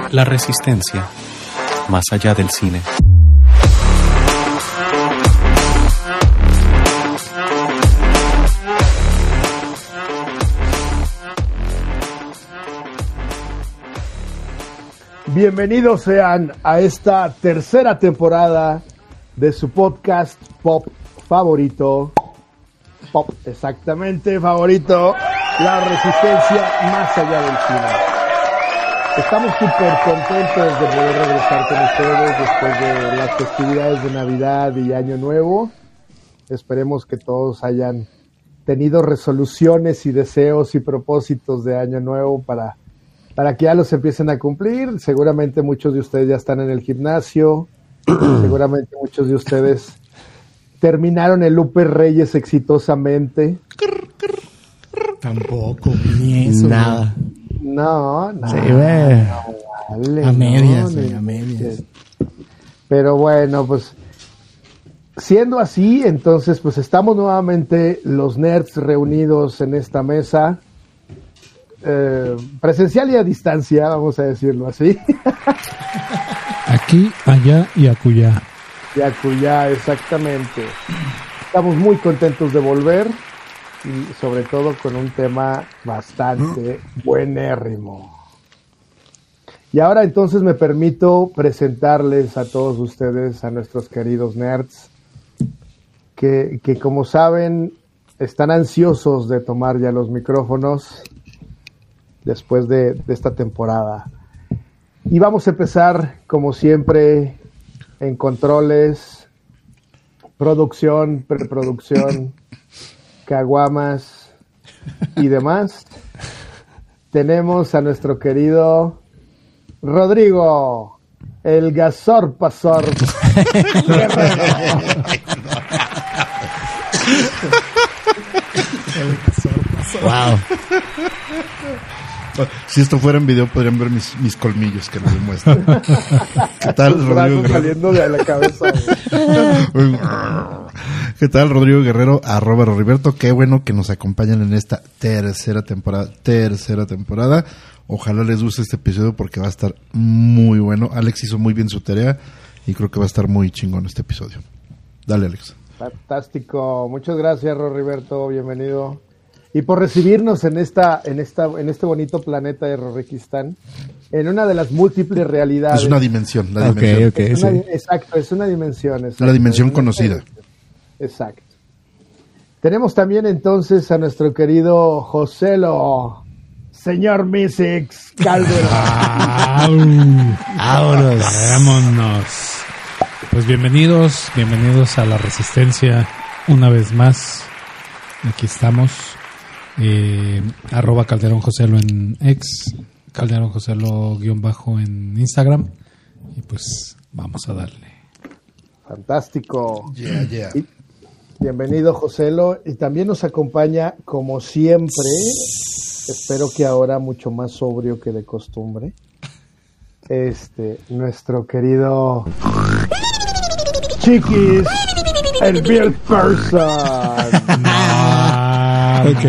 La Resistencia, más allá del cine. Bienvenidos sean a esta tercera temporada de su podcast pop favorito. Pop, exactamente, favorito. La Resistencia, más allá del cine. Estamos súper contentos de poder regresar con ustedes después de las festividades de Navidad y Año Nuevo. Esperemos que todos hayan tenido resoluciones y deseos y propósitos de Año Nuevo para que ya los empiecen a cumplir. Seguramente muchos de ustedes ya están en el gimnasio. Seguramente muchos de ustedes terminaron el Lupe Reyes exitosamente. Tampoco, ni eso. Nada. No. Sí, güey. Vale, a medias. Pero bueno, pues siendo así, entonces pues estamos nuevamente los nerds reunidos en esta mesa. Presencial y a distancia, vamos a decirlo así. Aquí, allá y acullá. Y acullá, exactamente. Estamos muy contentos de volver y sobre todo con un tema bastante buenérrimo. Y ahora entonces me permito presentarles a todos ustedes, a nuestros queridos nerds, que como saben están ansiosos de tomar ya los micrófonos después de esta temporada. Y vamos a empezar, como siempre, en controles, producción, preproducción, caguamas y demás. Tenemos a nuestro querido Rodrigo, el Gazor Pasor. Wow. Si esto fuera en video podrían ver mis colmillos que no demuestran. ¿Qué tal, Rodrigo Guerrero? Saliendo de la cabeza. ¿Qué tal, Rodrigo Guerrero? @Roriberto. Qué bueno que nos acompañan en esta tercera temporada. Ojalá les guste este episodio porque va a estar muy bueno. Alex hizo muy bien su tarea y creo que va a estar muy chingón este episodio. Dale, Alex. Fantástico. Muchas gracias, Roriberto. Bienvenido. Y por recibirnos en este bonito planeta de Roriquistán, en una de las múltiples realidades. Es una dimensión, la dimensión. Okay, sí. Exacto, es una dimensión. Exacto, la dimensión conocida. Exacto. Tenemos también entonces a nuestro querido Joselo, señor Misix Calderón. Vámonos. Pues bienvenidos a La Resistencia una vez más. Aquí estamos. @Calderón Joselo en X, Calderón Joselo _ en Instagram. Y pues vamos a darle. Fantástico. Yeah. Y bienvenido, Joselo. Y también nos acompaña, como siempre, espero que ahora mucho más sobrio que de costumbre, nuestro querido Chiquis, el Bill Person. Ok.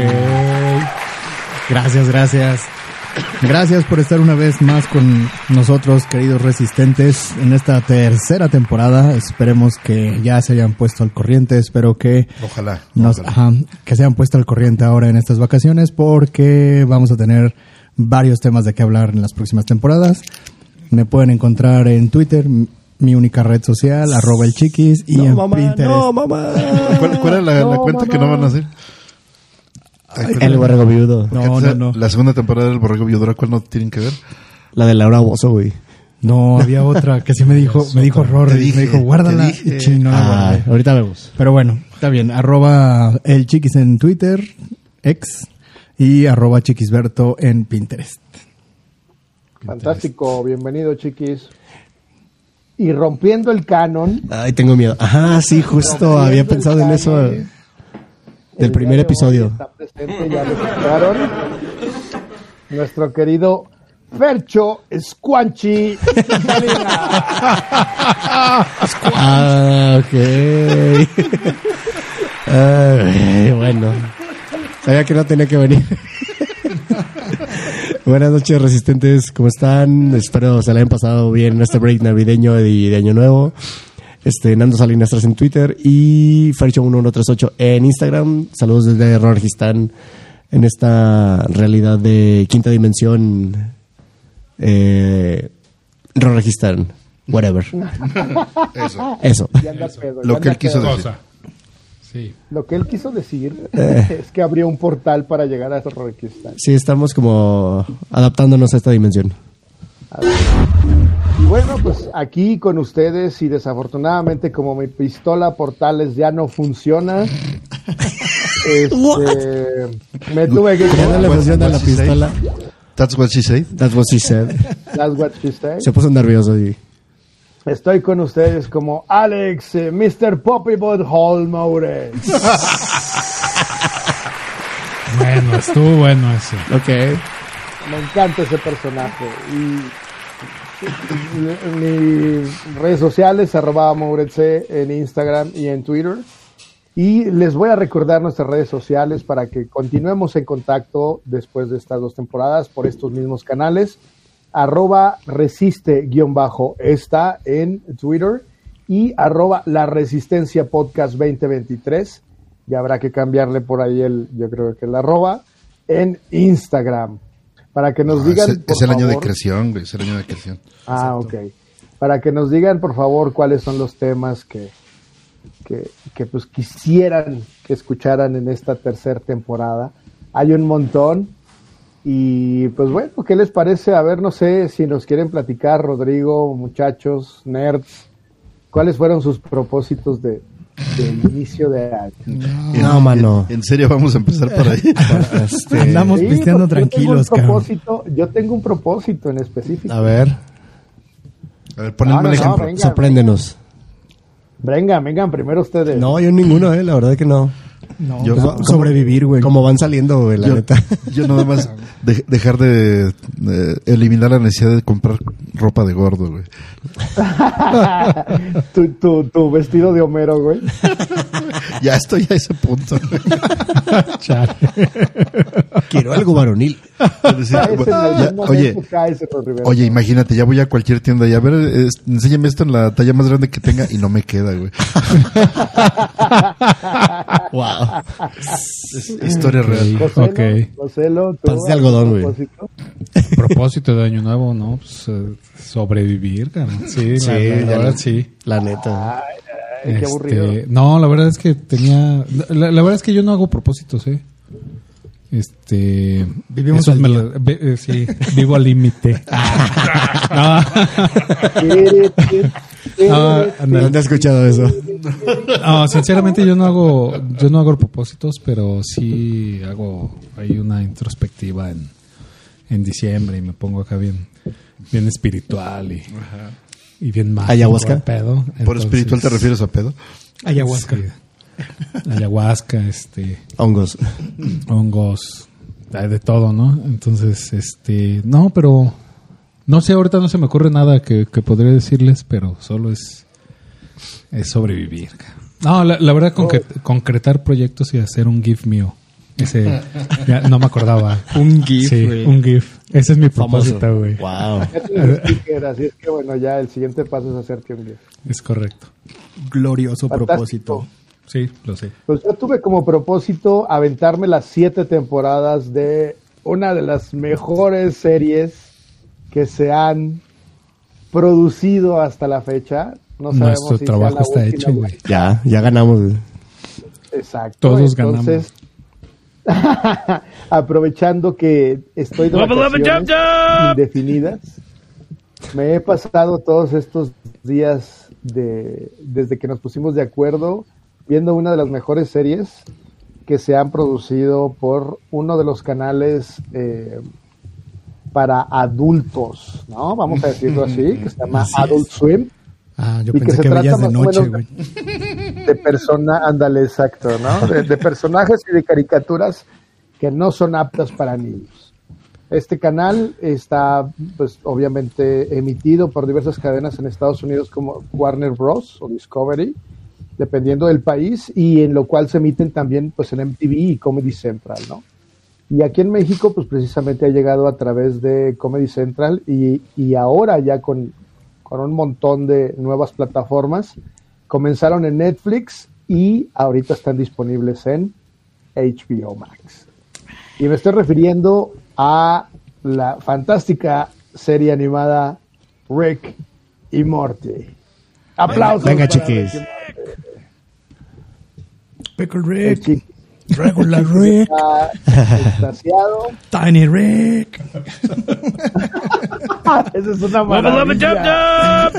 Gracias por estar una vez más con nosotros, queridos resistentes, en esta tercera temporada. Esperemos que ya se hayan puesto al corriente. Espero que Ojalá. que se hayan puesto al corriente ahora en estas vacaciones, porque vamos a tener varios temas de qué hablar en las próximas temporadas. Me pueden encontrar en Twitter, mi única red social, @elchiquis, y en Pinterest. No, mamá. ¿Cuál es la cuenta que no van a hacer? El borrego viudo. No. La segunda temporada del borrego viudo, ¿cuál no tienen que ver? La de Laura Bozo, güey. No, había otra que sí me dijo Rory, me dijo guárdala. Y no la guardé. Ahorita vemos. Pero bueno, está bien. @elchiquis en Twitter, X, y @chiquisberto en Pinterest. Fantástico, bienvenido, Chiquis. Y rompiendo el canon. Ay, tengo miedo. Ajá, sí, justo había pensado en eso del primer episodio. Está presente, ya lo escucharon. Nuestro querido Fercho Squanchy. Ok. Bueno, sabía que no tenía que venir. Buenas noches, resistentes. ¿Cómo están? Espero se la hayan pasado bien en este break navideño y de Año Nuevo. Nando Salinas 3 en Twitter y Faricho1138 en Instagram. Saludos desde Rorgistán en esta realidad de quinta dimensión. Rorgistán, whatever. Eso. Ya anda pedo, Lo ya que anda él quiso pedo. decir. Sí. Lo que él quiso decir es que abrió un portal para llegar a Rorquistán. Sí, estamos como adaptándonos a esta dimensión. Y bueno, pues aquí con ustedes y desafortunadamente como mi pistola portales ya no funciona, me tuve que Ya no le funciona la What she said. pistola. That's what she said. That's what she said. That's what she said. Se puso nervioso y... Estoy con ustedes como Alex, Mr. Poppy Butthole Mores. Bueno, estuvo bueno eso. Ok. Me encanta ese personaje. Y mis redes sociales, @Mouretse en Instagram y en Twitter. Y les voy a recordar nuestras redes sociales para que continuemos en contacto después de estas 2 temporadas por estos mismos canales. @resiste_esta en Twitter y @la resistencia podcast 2023. Ya habrá que cambiarle por ahí yo creo que el @ en Instagram. Para que nos digan, Es el año de favor. creación, güey. Es el año de creación. Ah, ok. Para que nos digan, por favor, cuáles son los temas que pues quisieran que escucharan en esta tercera temporada. Hay un montón. Y pues bueno, ¿qué les parece? A ver, no sé si nos quieren platicar, Rodrigo, muchachos, nerds, ¿cuáles fueron sus propósitos del inicio de año? No, mano. ¿En serio vamos a empezar por ahí? Andamos pisteando porque tranquilos, cabrón. yo tengo un propósito en específico. A ver, A ver, ponme el ejemplo. venga, sorpréndenos. vengan, primero ustedes. No, yo ninguno, la verdad que no. No, Yo- pues, sobrevivir, güey. Como van saliendo, güey, la Yo, neta. yo nada más dejar de eliminar la necesidad de comprar ropa de gordo, güey. tu vestido de Homero, güey. Ya estoy a ese punto. Güey. Chale. Quiero algo varonil. Es decir, Caes en ya, algún momento, caes en los Rivera. oye, imagínate, ya voy a cualquier tienda y a ver, enséñame esto en la talla más grande que tenga y no me queda, güey. Wow. Es historia real. Ok. Joselo, ¿tú Paz de algodón, güey. propósito? Propósito de Año Nuevo, ¿no? Pues sobrevivir, cara. Sí, Sí, la ya verdad, lo- sí. La neta. Ay, qué aburrido. No, la verdad es que la verdad es que yo no hago propósitos, Vivimos esos al me día. sí, vivo al límite. No, ¿Dónde has escuchado eso? no, sinceramente yo no hago propósitos, pero sí hago ahí una introspectiva en diciembre y me pongo acá bien espiritual y bien mágico. ¿Ayahuasca? el pedo. ¿Por Entonces, espiritual te refieres a pedo? Ayahuasca. sí. Ayahuasca, Hongos. hongos, de todo, ¿no? Entonces, no, pero no sé, ahorita no se me ocurre nada que podría decirles, pero solo es sobrevivir. No, la verdad, concretar proyectos y hacer un GIF mío. Ese, ya no me acordaba. Un GIF, Sí, güey. un GIF. Ese es mi Famoso. propósito, güey. Wow. Ya tienes sticker, así es que bueno, ya el siguiente paso es hacerte un GIF. Es correcto. Glorioso Fantástico. propósito. Sí, lo sé. Pues yo tuve como propósito aventarme las 7 temporadas de una de las mejores series que se han producido hasta la fecha. No sabemos Nuestro si trabajo sea la está última. hecho, güey. Ya ganamos, güey. Exacto. Todos Entonces, aprovechando que estoy de vacaciones indefinidas, me he pasado todos estos días desde que nos pusimos de acuerdo viendo una de las mejores series que se han producido por uno de los canales para adultos, ¿no? Vamos a decirlo así, que se llama Adult Swim. Ah, yo Y que pensé se que veías trata de más o noche, menos güey. de persona, ándale, exacto, ¿no? De personajes y de caricaturas que no son aptas para niños. Este canal está, pues, obviamente emitido por diversas cadenas en Estados Unidos como Warner Bros. O Discovery, dependiendo del país, y en lo cual se emiten también, pues, en MTV y Comedy Central, ¿no? Y aquí en México, pues precisamente ha llegado a través de Comedy Central y ahora ya con un montón de nuevas plataformas. Comenzaron en Netflix y ahorita están disponibles en HBO Max. Y me estoy refiriendo a la fantástica serie animada Rick y Morty. ¡Aplausos! Venga, para chiquis. Rick y Morty. Pickle El Rick, chiquis Regular Rick, está extasiado. Tiny Rick. Esa es una maravilla.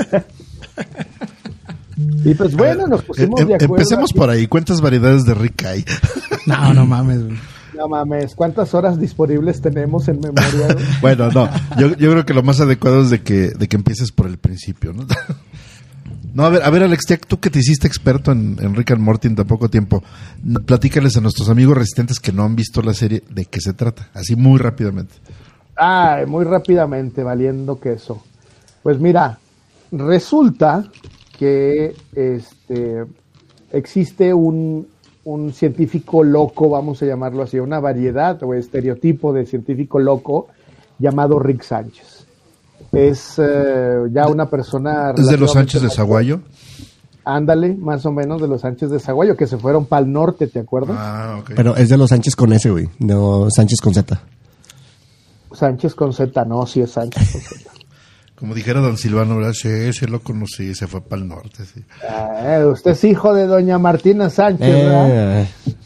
Y pues bueno, nos pusimos de acuerdo. Empecemos aquí. por ahí. ¿Cuántas variedades de Rick hay? No mames, güey. No mames, ¿cuántas horas disponibles tenemos en memoria? Bueno, no. Yo creo que lo más adecuado es de que empieces por el principio, ¿no? No, a ver, Alex, ya tú que te hiciste experto en Rick and Morty en tan poco tiempo, platícales a nuestros amigos resistentes que no han visto la serie de qué se trata, así muy rápidamente. Muy rápidamente, valiendo queso. Pues mira, resulta que existe un científico loco, vamos a llamarlo así, una variedad o estereotipo de científico loco llamado Rick Sánchez. Es ya una persona... ¿Es de los Sánchez de Zaguayo? Ándale, más o menos de los Sánchez de Zaguayo, que se fueron para el norte, ¿te acuerdas? Ah, ok. Pero es de los Sánchez con S, güey. No, Sánchez con Z. Sánchez con Z, no, sí es Sánchez con Z. Como dijera don Silvano, ¿verdad? Sí, lo conocí, se fue para el norte, sí. Usted es hijo de doña Martina Sánchez, ¿verdad?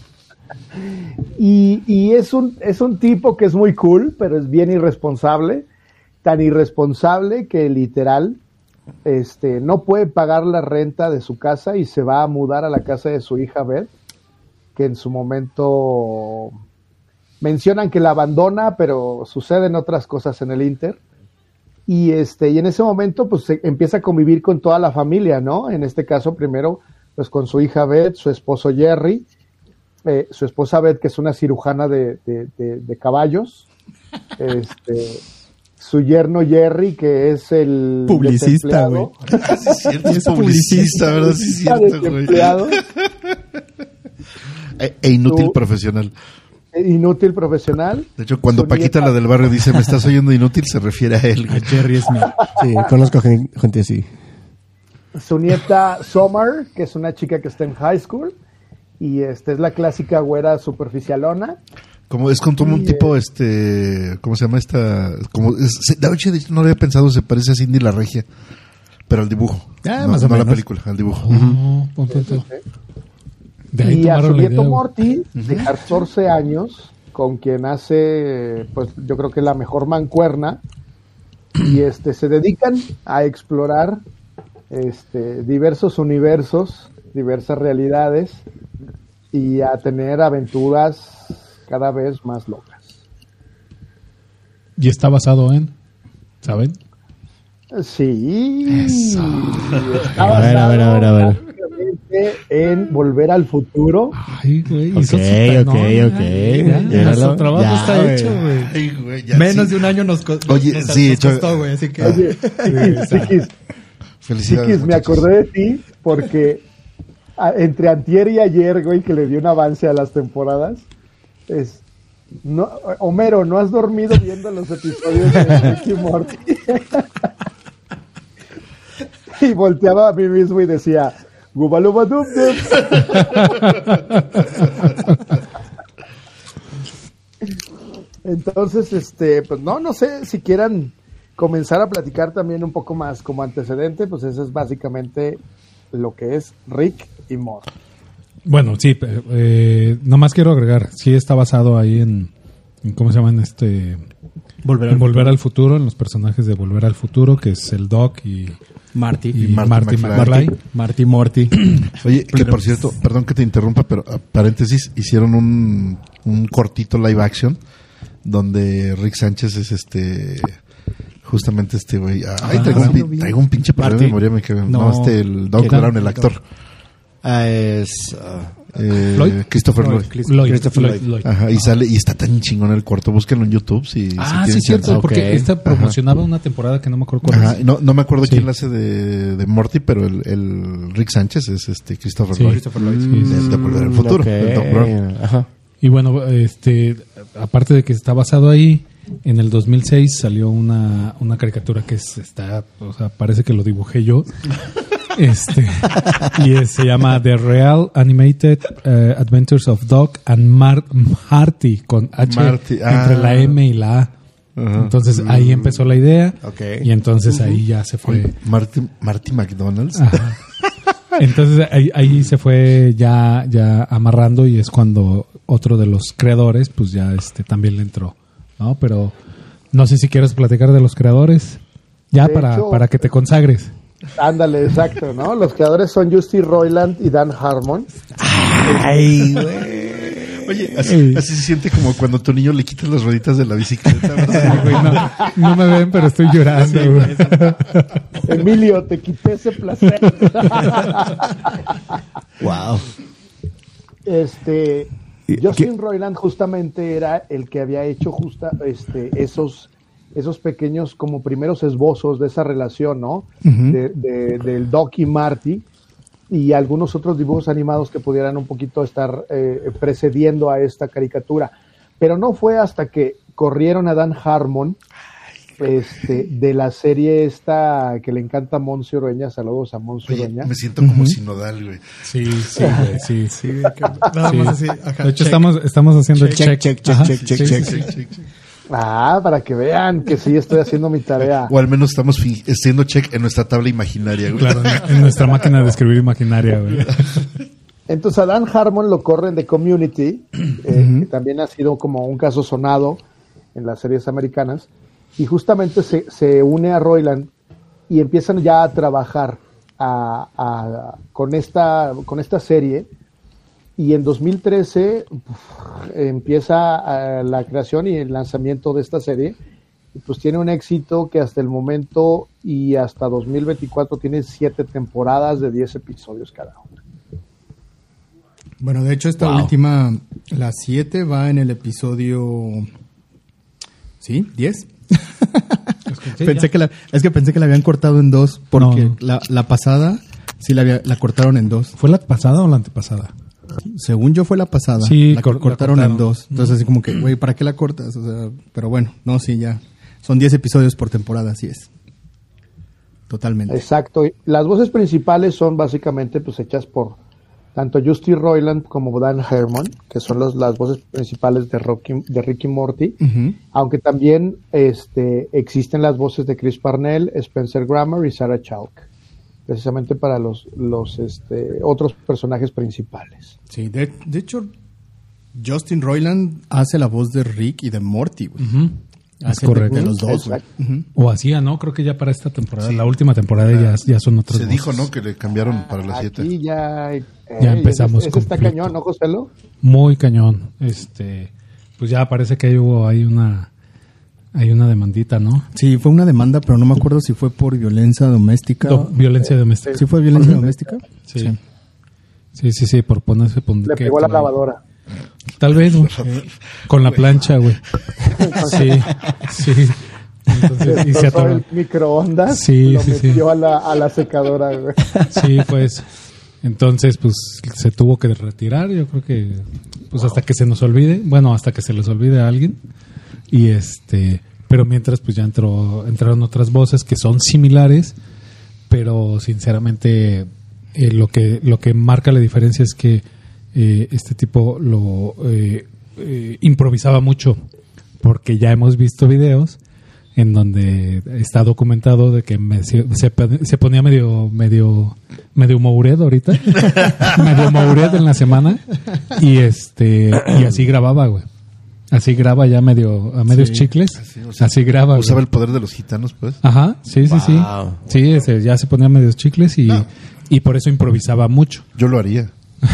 Y es un tipo que es muy cool, pero es bien irresponsable. Tan irresponsable que literal no puede pagar la renta de su casa y se va a mudar a la casa de su hija Beth, que en su momento mencionan que la abandona, pero suceden otras cosas en el Inter. Y en ese momento pues empieza a convivir con toda la familia, ¿no? En este caso primero pues con su hija Beth, su esposo Jerry, su esposa Beth, que es una cirujana de caballos, su yerno Jerry, que es el Publicista, güey. Sí, es cierto, es publicista, ¿verdad? Sí, es cierto, güey. E inútil profesional. Inútil profesional. De hecho, cuando Su Paquita, nieta, la del barrio, dice, ¿me estás oyendo inútil? Se refiere a él. A Jerry Smith. Sí, conozco gente así. su nieta Summer, que es una chica que está en high school, y es la clásica güera superficialona. Como es con un tipo, ¿cómo se llama esta? De hecho, no lo había pensado, se parece a Cindy la Regia, pero al dibujo. Más o no a la menos. película, al dibujo. De ahí Y a su tomaron la nieto idea, güey. Morty, de 14 años, con quien hace, pues yo creo que la mejor mancuerna, y se dedican a explorar diversos universos, diversas realidades, y a tener aventuras cada vez más locas. Y está basado en, ¿saben? Sí. Eso. Está A ver. basado básicamente en Volver al Futuro. Ay, güey. Ok, hizo super- ok. Ya, Míralo. su trabajo Ya, está güey. hecho, güey. Ay, güey, ya Menos sí. de un año nos Oye, nos sí, costó, güey, así que... Oye, Chiquis, Felicidades. Chiquis, me muchachos. acordé de ti porque entre antier y ayer, güey, que le di un avance a las temporadas, no, Homero, ¿no has dormido viendo los episodios de Rick y Morty? Y volteaba a mí mismo y decía, Gubalubadubdub. Entonces, pues no sé si quieran comenzar a platicar también un poco más como antecedente, pues eso es básicamente lo que es Rick y Morty. Bueno, sí, nomás quiero agregar, sí está basado ahí en ¿cómo se llaman? Volver al futuro, en los personajes de Volver al Futuro, que es el Doc y Marty. Marty McFly. Marty Morty. Oye, que por cierto, perdón que te interrumpa, pero paréntesis, hicieron un cortito live action donde Rick Sánchez es justamente güey. Ay, traigo un pinche problema de memoria, me quedé. No, el Doc Brown, el actor. Lloyd. Christopher Lloyd. Lloyd. Ajá, y sale, y está tan chingón el corto, búsquenlo en YouTube si Sí, tienen cierto, chance. porque Ok. esta promocionaba una temporada que no me acuerdo cuál Ajá, es. no me acuerdo Sí. quién la hace de Morty, pero el Rick Sánchez es Christopher Sí. Lloyd. Christopher Lloyd, De Volver al Futuro, Ok. el Doc Brown. Ajá. Y bueno, aparte de que está basado ahí, en el 2006 salió una caricatura que o sea, parece que lo dibujé yo. Se llama The Real Animated Adventures of Doc and Marty, con H entre la M y la A. Entonces ahí empezó la idea. Okay. Y entonces ahí ya se fue. Marty McDonald's. Ajá. Entonces ahí se fue ya amarrando, y es cuando otro de los creadores pues ya también le entró, ¿no? Pero no sé si quieres platicar de los creadores ya para que te consagres. Ándale, exacto, ¿no? Los creadores son Justin Roiland y Dan Harmon. Ay, güey. Oye, así se siente como cuando a tu niño le quitas las rueditas de la bicicleta, ¿verdad? Güey, no me ven, pero estoy llorando. Sí, güey. Emilio, te quité ese placer. Wow. Justin Roiland justamente era el que había hecho esos pequeños como primeros esbozos de esa relación, ¿no? Del Doc y Marty, y algunos otros dibujos animados que pudieran un poquito estar precediendo a esta caricatura. Pero no fue hasta que corrieron a Dan Harmon de la serie esta que le encanta a Monse Ureña. Saludos a Monse Ureña. Me siento como sinodal, güey. Sí, güey, sí. Nada más así. Ajá, de hecho, check. estamos haciendo Check. Para que vean que sí estoy haciendo mi tarea. O al menos estamos haciendo check en nuestra tabla imaginaria, güey. Claro, en nuestra máquina de escribir imaginaria, güey. Entonces a Dan Harmon lo corren de Community, que también ha sido como un caso sonado en las series americanas, y justamente se une a Roiland y empiezan ya a trabajar con esta serie. Y en 2013 empieza la creación y el lanzamiento de esta serie. Y pues tiene un éxito que hasta el momento y hasta 2024 tiene 7 temporadas de 10 episodios cada una. Bueno, de hecho esta última, la 7, va en el episodio... ¿Sí? ¿10? Pensé que la habían cortado en 2 porque No. La pasada sí la cortaron en 2. ¿Fue la pasada o la antepasada? Según yo fue la pasada. Sí, la cortaron en 2. Entonces así como que, güey, ¿para qué la cortas? O sea, pero bueno, no, sí, ya. Son 10 episodios por temporada, así es. Totalmente. Exacto. Las voces principales son básicamente pues hechas por tanto Justin Roiland como Dan Harmon, que son las voces principales de Rick y Morty. Aunque también existen las voces de Chris Parnell, Spencer Grammer y Sarah Chalk, precisamente para los otros personajes principales. Sí, de hecho, Justin Roiland hace la voz de Rick y de Morty, güey. Es correcto. De los dos, güey. O hacía, ¿no? Creo que ya para esta temporada, la última temporada ya son otros. Se dijo, ¿no? Que le cambiaron para las 7. Aquí ya empezamos ese está conflicto. cañón, ¿no, Joselo? Muy cañón. Pues ya parece que hay una demandita, ¿no? Sí, fue una demanda, pero no me acuerdo si fue por violencia doméstica. Violencia doméstica. ¿Sí fue violencia doméstica? Sí, por ponerse... Le pegó la lavadora. Tal vez, güey. Con la plancha, güey. Sí. Entonces, y se Destrozó atoró. el microondas, Sí. metió a la secadora, güey. Sí, pues. Entonces, pues se tuvo que retirar. Yo creo que, pues hasta que se nos olvide. Bueno, hasta que se les olvide a alguien. Y pero mientras, pues ya entraron otras voces que son similares, pero sinceramente lo que marca la diferencia es que este tipo lo improvisaba mucho, porque ya hemos visto videos en donde está documentado de que se ponía medio Mouret ahorita, medio Mouret en la semana, y así grababa, güey. Así graba ya a medios chicles. Así graba. Usaba güey. el poder de los gitanos, pues. Ajá, sí. Sí, ya se ponía medios chicles y por eso improvisaba mucho. Yo lo haría.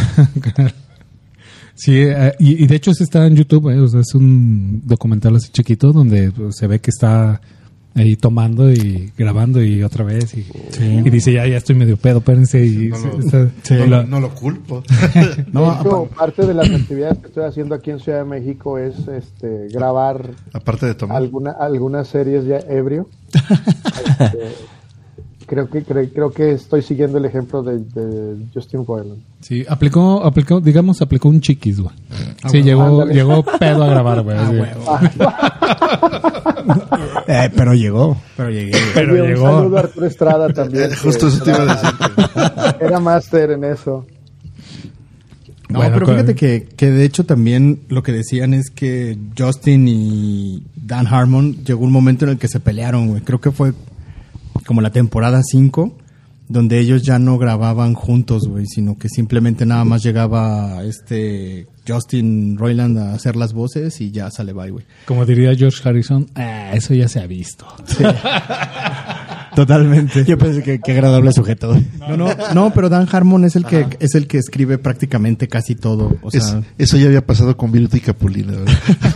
Sí, y de hecho está en YouTube, o sea, es un documental así chiquito donde pues, se ve que está ahí tomando y grabando y otra vez y dice ya estoy medio pedo, espérense y No lo culpo. De hecho, parte de las actividades que estoy haciendo aquí en Ciudad de México es grabar Aparte de tomar. algunas series ya ebrio. Creo que estoy siguiendo el ejemplo de Justin Roiland. Sí, aplicó un chiquis, güey. Sí, llegó pedo a grabar, güey. Pero llegó. Pero llegué. Pero Oye, llegó. Un saludo a Arturo Estrada también. Justo eso te iba a decir. Era máster en eso. No, Bueno, pero fíjate que de hecho también lo que decían es que Justin y Dan Harmon llegó un momento en el que se pelearon, güey. Creo que fue como la temporada 5, donde ellos ya no grababan juntos, güey, sino que simplemente nada más llegaba Justin Roiland a hacer las voces y ya sale bye, güey. Como diría George Harrison, eso ya se ha visto. Sí. Totalmente. Yo pensé que qué agradable sujeto. No, pero Dan Harmon es el que escribe prácticamente casi todo. O sea, Eso ya había pasado con Viruta y Capulina, ¿verdad?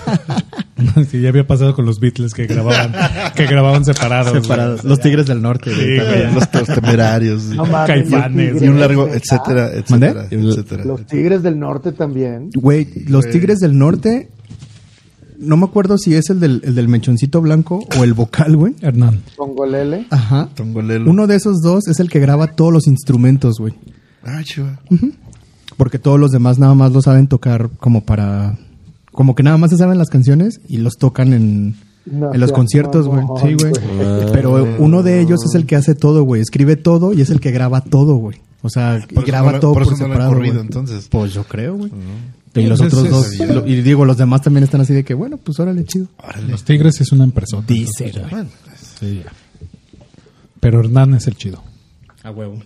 Sí, ya había pasado con los Beatles que grababan separados. separados. Los Tigres del Norte, güey. Sí, también. Los temerarios. No mames, Caifanes, los Y un Tigres, largo, ¿verdad? etcétera, ¿Mandé? etcétera, etcétera. Los Tigres del Norte también. Güey, los Tigres del Norte, no me acuerdo si es el del mechoncito blanco o el vocal, güey. Hernán. Tongolele. Ajá. Tongolelo. Uno de esos dos es el que graba todos los instrumentos, güey. Ah, chiva. Porque todos los demás nada más lo saben tocar como que nada más se saben las canciones y los tocan en los conciertos, güey. Sí, güey. Pero uno de ellos es el que hace todo, güey. Escribe todo y es el que graba todo, güey. O sea, y graba todo por eso no lo han separado, corrido, güey. entonces. Pues yo creo, güey. Y los Pues otros es- dos, y digo, los demás también están así de que, bueno, pues órale, chido. Los Tigres es una empresa. Dice, güey. Bueno, Sí, ya. Pero Hernán es el chido. A huevo.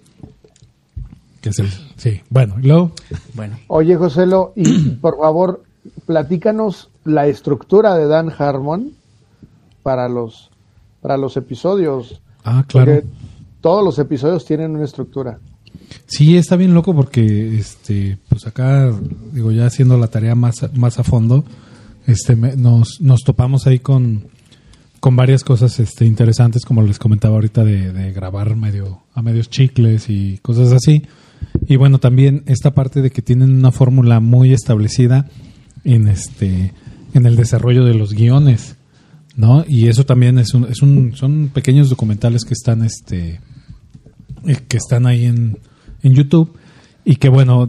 Que es el, sí. Bueno, y luego. Bueno. Oye, Joselo, y por favor, platícanos la estructura de Dan Harmon para los episodios. Ah, claro. Porque todos los episodios tienen una estructura. Sí, está bien loco porque, pues acá, digo, ya haciendo la tarea más a fondo, nos topamos ahí con varias cosas, interesantes, como les comentaba ahorita de grabar a medios chicles y cosas así. Y bueno, también esta parte de que tienen una fórmula muy establecida en el desarrollo de los guiones, ¿no? Y eso también son pequeños documentales que están ahí en YouTube y que, bueno,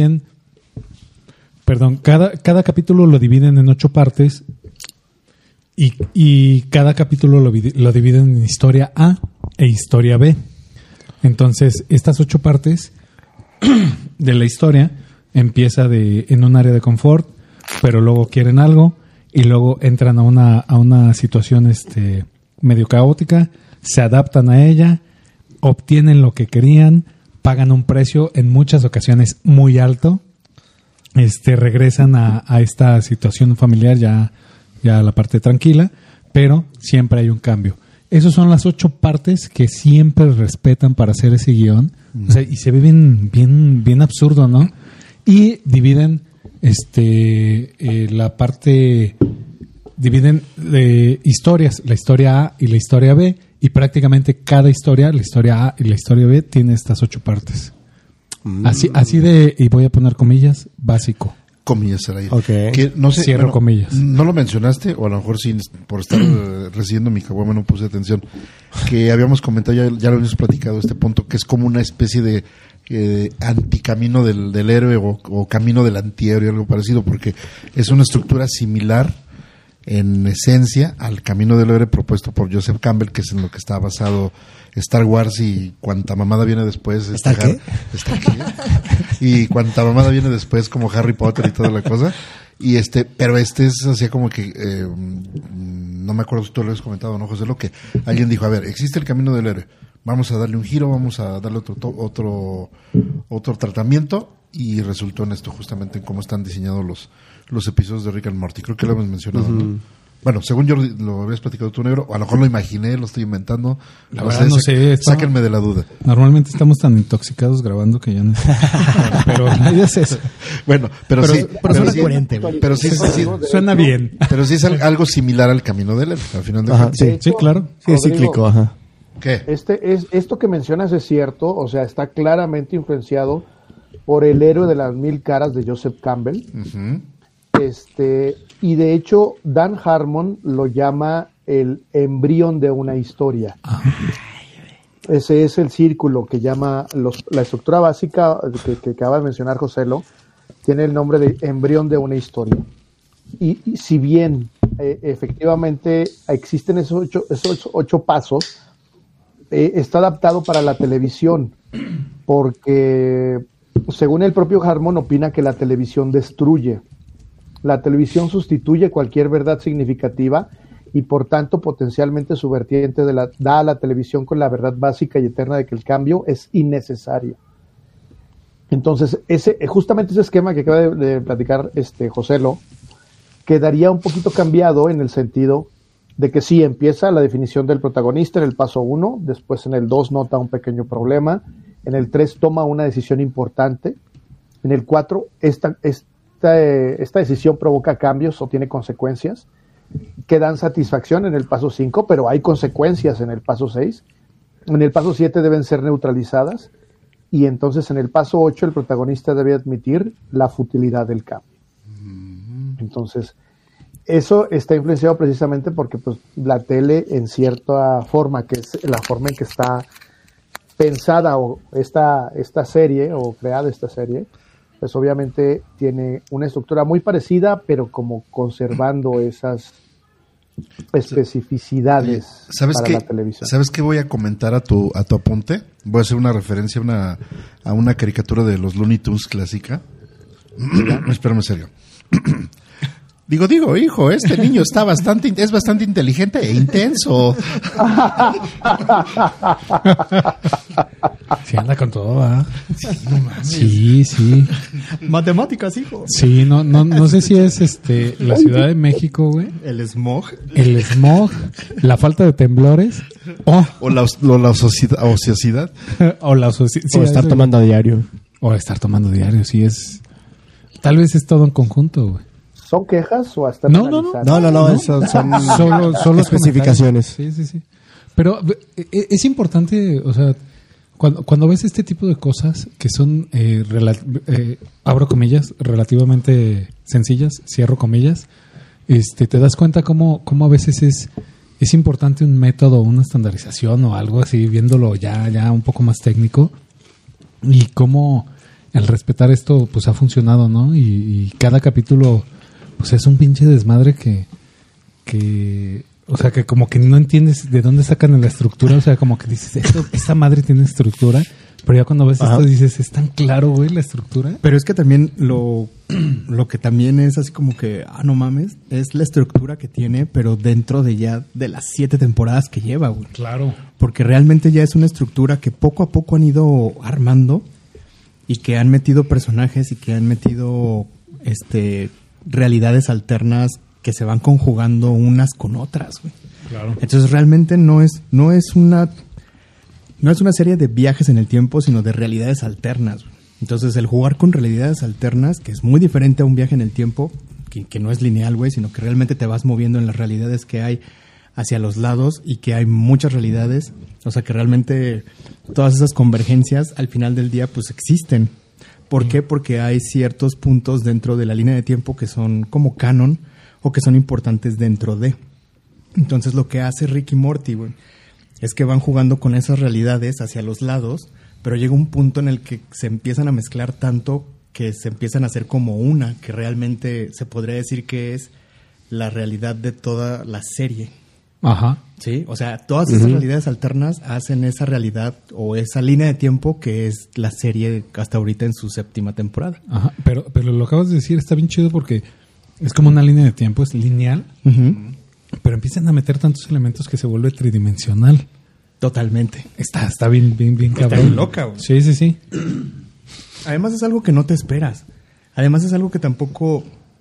cada capítulo lo dividen en 8 partes y cada capítulo lo dividen en historia A e historia B. Entonces, estas 8 partes de la historia empieza en un área de confort, pero luego quieren algo y luego entran a una situación medio caótica, se adaptan a ella, obtienen lo que querían, pagan un precio en muchas ocasiones muy alto, regresan a esta situación familiar ya a la parte tranquila, pero siempre hay un cambio. Esas son las 8 partes que siempre respetan para hacer ese guión. O sea, y se ve bien absurdo, ¿no? Y dividen dividen historias, la historia A y la historia B, y prácticamente cada historia, la historia A y la historia B, tiene estas 8 partes. Así y voy a poner comillas, básico. comillas al aire. Ok. Que no sé, Cierro comillas. No lo mencionaste, o a lo mejor sin por estar recibiendo mi caguama no puse atención. Que habíamos comentado, ya lo habíamos platicado, este punto, que es como una especie de anticamino del héroe o camino del antihéroe, algo parecido, porque es una estructura similar en esencia al camino del héroe propuesto por Joseph Campbell, que es en lo que está basado Star Wars y cuanta mamada viene después. ¿Está qué? ¿Está qué? Y cuanta mamada viene después, como Harry Potter y toda la cosa. Y pero es así como que no me acuerdo si tú lo has comentado, ¿no, José? Lo que alguien dijo, a ver, existe el camino del héroe, vamos a darle un giro, vamos a darle otro tratamiento, y resultó en esto, justamente en cómo están diseñados los episodios de Rick and Morty. Creo que lo hemos mencionado, ¿no? Bueno, según yo lo habías platicado tú, negro, a lo mejor lo imaginé, lo estoy inventando. La verdad no sé. Sáquenme de la duda. Normalmente estamos tan intoxicados grabando que ya no. Pero la idea es eso. Bueno, pero sí. Pero suena sí, coherente, güey. pero sí, Suena bien. pero sí es algo similar al camino del héroe, al final de Ajá, cuentas. sí. Sí, claro. Sí, es Rodrigo, cíclico, ajá. ¿Qué? Esto que mencionas es cierto, o sea, está claramente influenciado por el héroe de las 1000 caras de Joseph Campbell. Ujú. Y de hecho, Dan Harmon lo llama el embrión de una historia. Ese es el círculo que llama la estructura básica que acaba de mencionar Joselo, tiene el nombre de embrión de una historia. Y si bien efectivamente existen esos ocho pasos, está adaptado para la televisión, porque según el propio Harmon opina que la televisión destruye. La televisión sustituye cualquier verdad significativa y por tanto potencialmente su vertiente da a la televisión con la verdad básica y eterna de que el cambio es innecesario. Entonces, justamente ese esquema que acaba de platicar Joselo quedaría un poquito cambiado en el sentido de que sí, empieza la definición del protagonista en el paso 1, después en el 2 nota un pequeño problema, en el 3 toma una decisión importante, en el 4 esta decisión provoca cambios o tiene consecuencias que dan satisfacción en el paso 5, pero hay consecuencias en el paso 6, en el paso 7 deben ser neutralizadas, y entonces en el paso 8 el protagonista debe admitir la futilidad del cambio. Entonces, eso está influenciado precisamente porque pues, la tele en cierta forma, que es la forma en que está pensada o esta serie o creada esta serie, pues obviamente tiene una estructura muy parecida, pero como conservando esas especificidades para la televisión. ¿Sabes qué voy a comentar a tu apunte? Voy a hacer una referencia a una caricatura de los Looney Tunes clásica. Espérame, serio. Digo, hijo, este niño es bastante inteligente e intenso. Sí, anda con todo, ¿verdad? Sí, no mames. Sí. Matemáticas, hijo. Sí, no sé si es la Ciudad de México, güey. El smog. El smog, la falta de temblores. O la ociosidad. O la ociosidad. O estar tomando a diario. O estar tomando diario, sí es. Tal vez es todo en conjunto, güey. ¿Son quejas o hasta No, Eso son solo especificaciones. Sí. Pero es importante, o sea, cuando ves este tipo de cosas que son, abro comillas, relativamente sencillas, cierro comillas, te das cuenta cómo a veces es importante un método, una estandarización o algo así, viéndolo ya un poco más técnico, y cómo el respetar esto pues ha funcionado, ¿no? Y cada capítulo pues es un pinche desmadre que o sea, que como que no entiendes de dónde sacan la estructura, o sea, como que dices, esta madre tiene estructura, pero ya cuando ves esto dices, es tan claro, güey, la estructura. Pero es que también lo que también es así como que, no mames, es la estructura que tiene, pero dentro de las 7 temporadas que lleva, güey. Claro. Porque realmente ya es una estructura que poco a poco han ido armando y que han metido personajes y que han metido realidades alternas que se van conjugando unas con otras, güey. Claro. Entonces realmente no es una serie de viajes en el tiempo, sino de realidades alternas, güey. Entonces el jugar con realidades alternas, que es muy diferente a un viaje en el tiempo, que no es lineal, güey, sino que realmente te vas moviendo en las realidades que hay hacia los lados y que hay muchas realidades, o sea que realmente todas esas convergencias al final del día pues existen. ¿Por qué? Porque hay ciertos puntos dentro de la línea de tiempo que son como canon o que son importantes dentro de. Entonces lo que hace Rick y Morty, güey, es que van jugando con esas realidades hacia los lados, pero llega un punto en el que se empiezan a mezclar tanto que se empiezan a hacer como una, que realmente se podría decir que es la realidad de toda la serie. Ajá. Sí, o sea, todas esas realidades alternas hacen esa realidad o esa línea de tiempo que es la serie hasta ahorita en su 7ª temporada. Ajá, pero lo acabas de decir, está bien chido porque es como una línea de tiempo, es lineal, pero empiezan a meter tantos elementos que se vuelve tridimensional. Totalmente. Está bien cabrón. Está bien loca, güey. Sí. Además es algo que no te esperas. Además es algo que tampoco...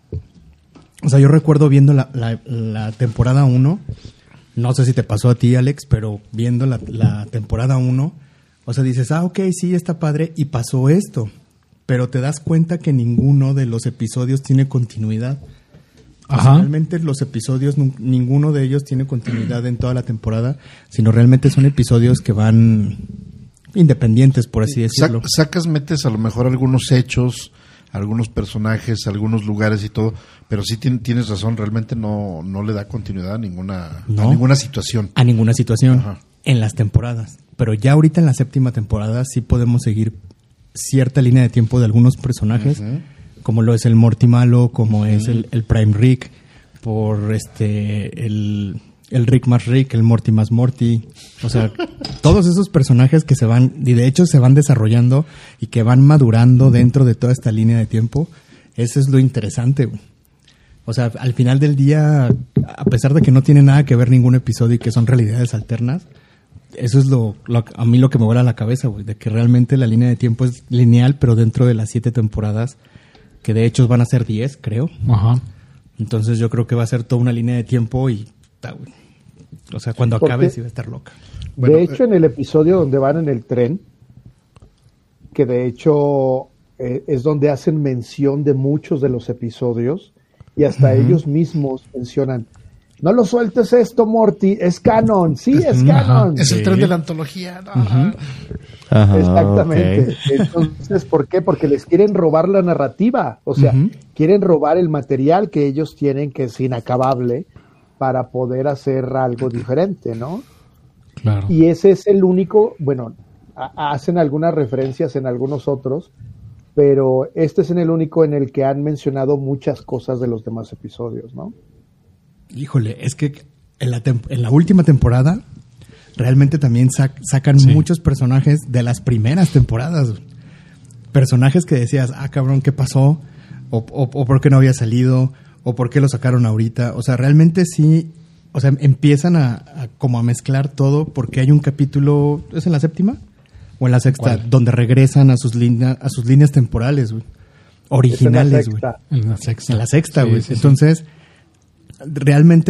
O sea, yo recuerdo viendo la temporada 1, no sé si te pasó a ti, Alex, pero viendo la temporada 1, o sea, dices, ok, sí, está padre, y pasó esto. Pero te das cuenta que ninguno de los episodios tiene continuidad. Ajá. Realmente los episodios, ninguno de ellos tiene continuidad en toda la temporada, sino realmente son episodios que van independientes, por así decirlo. Metes a lo mejor algunos hechos, algunos personajes, algunos lugares y todo, pero sí tienes razón, realmente no le da continuidad a ninguna situación. A ninguna situación. Ajá. en las temporadas. Pero ya ahorita en la 7ª temporada sí podemos seguir cierta línea de tiempo de algunos personajes, como lo es el Morty malo, como es el Prime Rick, por el Rick más Rick, el Morty más Morty. O sea, todos esos personajes que se van, y de hecho se van desarrollando y que van madurando dentro de toda esta línea de tiempo. Eso es lo interesante, güey. O sea, al final del día, a pesar de que no tiene nada que ver ningún episodio y que son realidades alternas, eso es a mí lo que me vuela la cabeza, güey, de que realmente la línea de tiempo es lineal, pero dentro de las 7 temporadas, que de hecho van a ser 10, creo. Ajá. Entonces yo creo que va a ser toda una línea de tiempo y, güey, o sea, cuando acabe sí va a estar loca. Bueno, de hecho, en el episodio donde van en el tren, que de hecho es donde hacen mención de muchos de los episodios, y hasta ellos mismos mencionan: no lo sueltes esto, Morty, es canon, sí, es canon. Es el tren de la antología. No. Ajá, Exactamente. ok. Entonces, ¿por qué? Porque les quieren robar la narrativa, o sea, quieren robar el material que ellos tienen, que es inacabable, para poder hacer algo diferente, ¿no? Claro. Y ese es el único, bueno, hacen algunas referencias en algunos otros, pero este es en el único en el que han mencionado muchas cosas de los demás episodios, ¿no? Híjole, es que en la última temporada realmente también sacan muchos personajes de las primeras temporadas. Personajes que decías, cabrón, ¿qué pasó? O ¿por qué no había salido? ¿O por qué lo sacaron ahorita? O sea, realmente sí, o sea, empiezan a como a mezclar todo, porque hay un capítulo, ¿es en la 7ª? ¿O en la 6ª? ¿Cuál? Donde regresan a sus líneas temporales, güey. Originales, güey. En la 6ª. En la 6ª, güey. Sí, sí, Entonces, realmente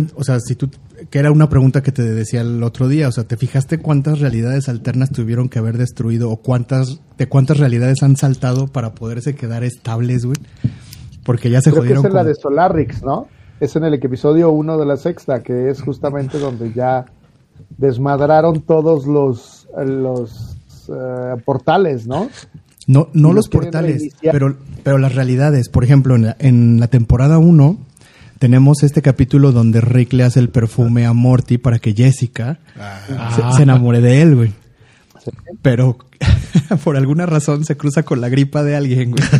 que era una pregunta que te decía el otro día, o sea, ¿te fijaste cuántas realidades alternas tuvieron que haber destruido o cuántas realidades han saltado para poderse quedar estables, güey? Porque ya se Creo jodieron. que es en la de Solarrix, ¿no? Es en el episodio 1 de la 6ª, que es justamente donde ya desmadraron todos los portales, ¿no? No Y los los quieren portales, reiniciar. pero las realidades. Por ejemplo, en la temporada 1 tenemos este capítulo donde Rick le hace el perfume a Morty para que Jessica se enamore de él, güey. Pero por alguna razón se cruza con la gripa de alguien, güey.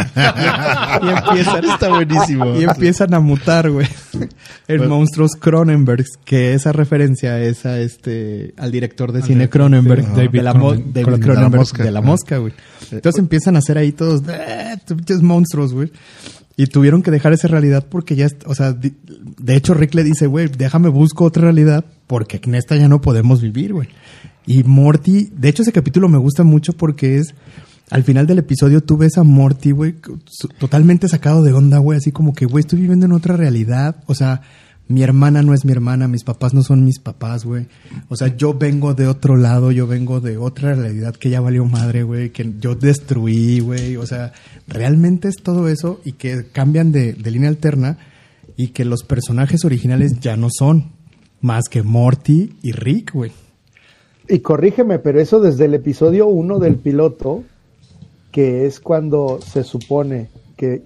Está buenísimo. Y empiezan a mutar, güey. El monstruos Cronenberg, que esa referencia es al director de cine Cronenberg, David David Cronenberg, de La Mosca, güey. Entonces empiezan a hacer ahí todos pinches monstruos, güey. Y tuvieron que dejar esa realidad porque ya, o sea, de hecho Rick le dice, güey, déjame busco otra realidad porque en esta ya no podemos vivir, güey. Y Morty, de hecho ese capítulo me gusta mucho porque es, al final del episodio tú ves a Morty, güey, totalmente sacado de onda, güey, así como que, güey, estoy viviendo en otra realidad, o sea, mi hermana no es mi hermana, mis papás no son mis papás, güey. O sea, yo vengo de otro lado, yo vengo de otra realidad que ya valió madre, güey, que yo destruí, güey. O sea, realmente es todo eso y que cambian de línea alterna y que los personajes originales ya no son más que Morty y Rick, güey. Y corrígeme, pero eso desde el episodio 1 del piloto, que es cuando se supone que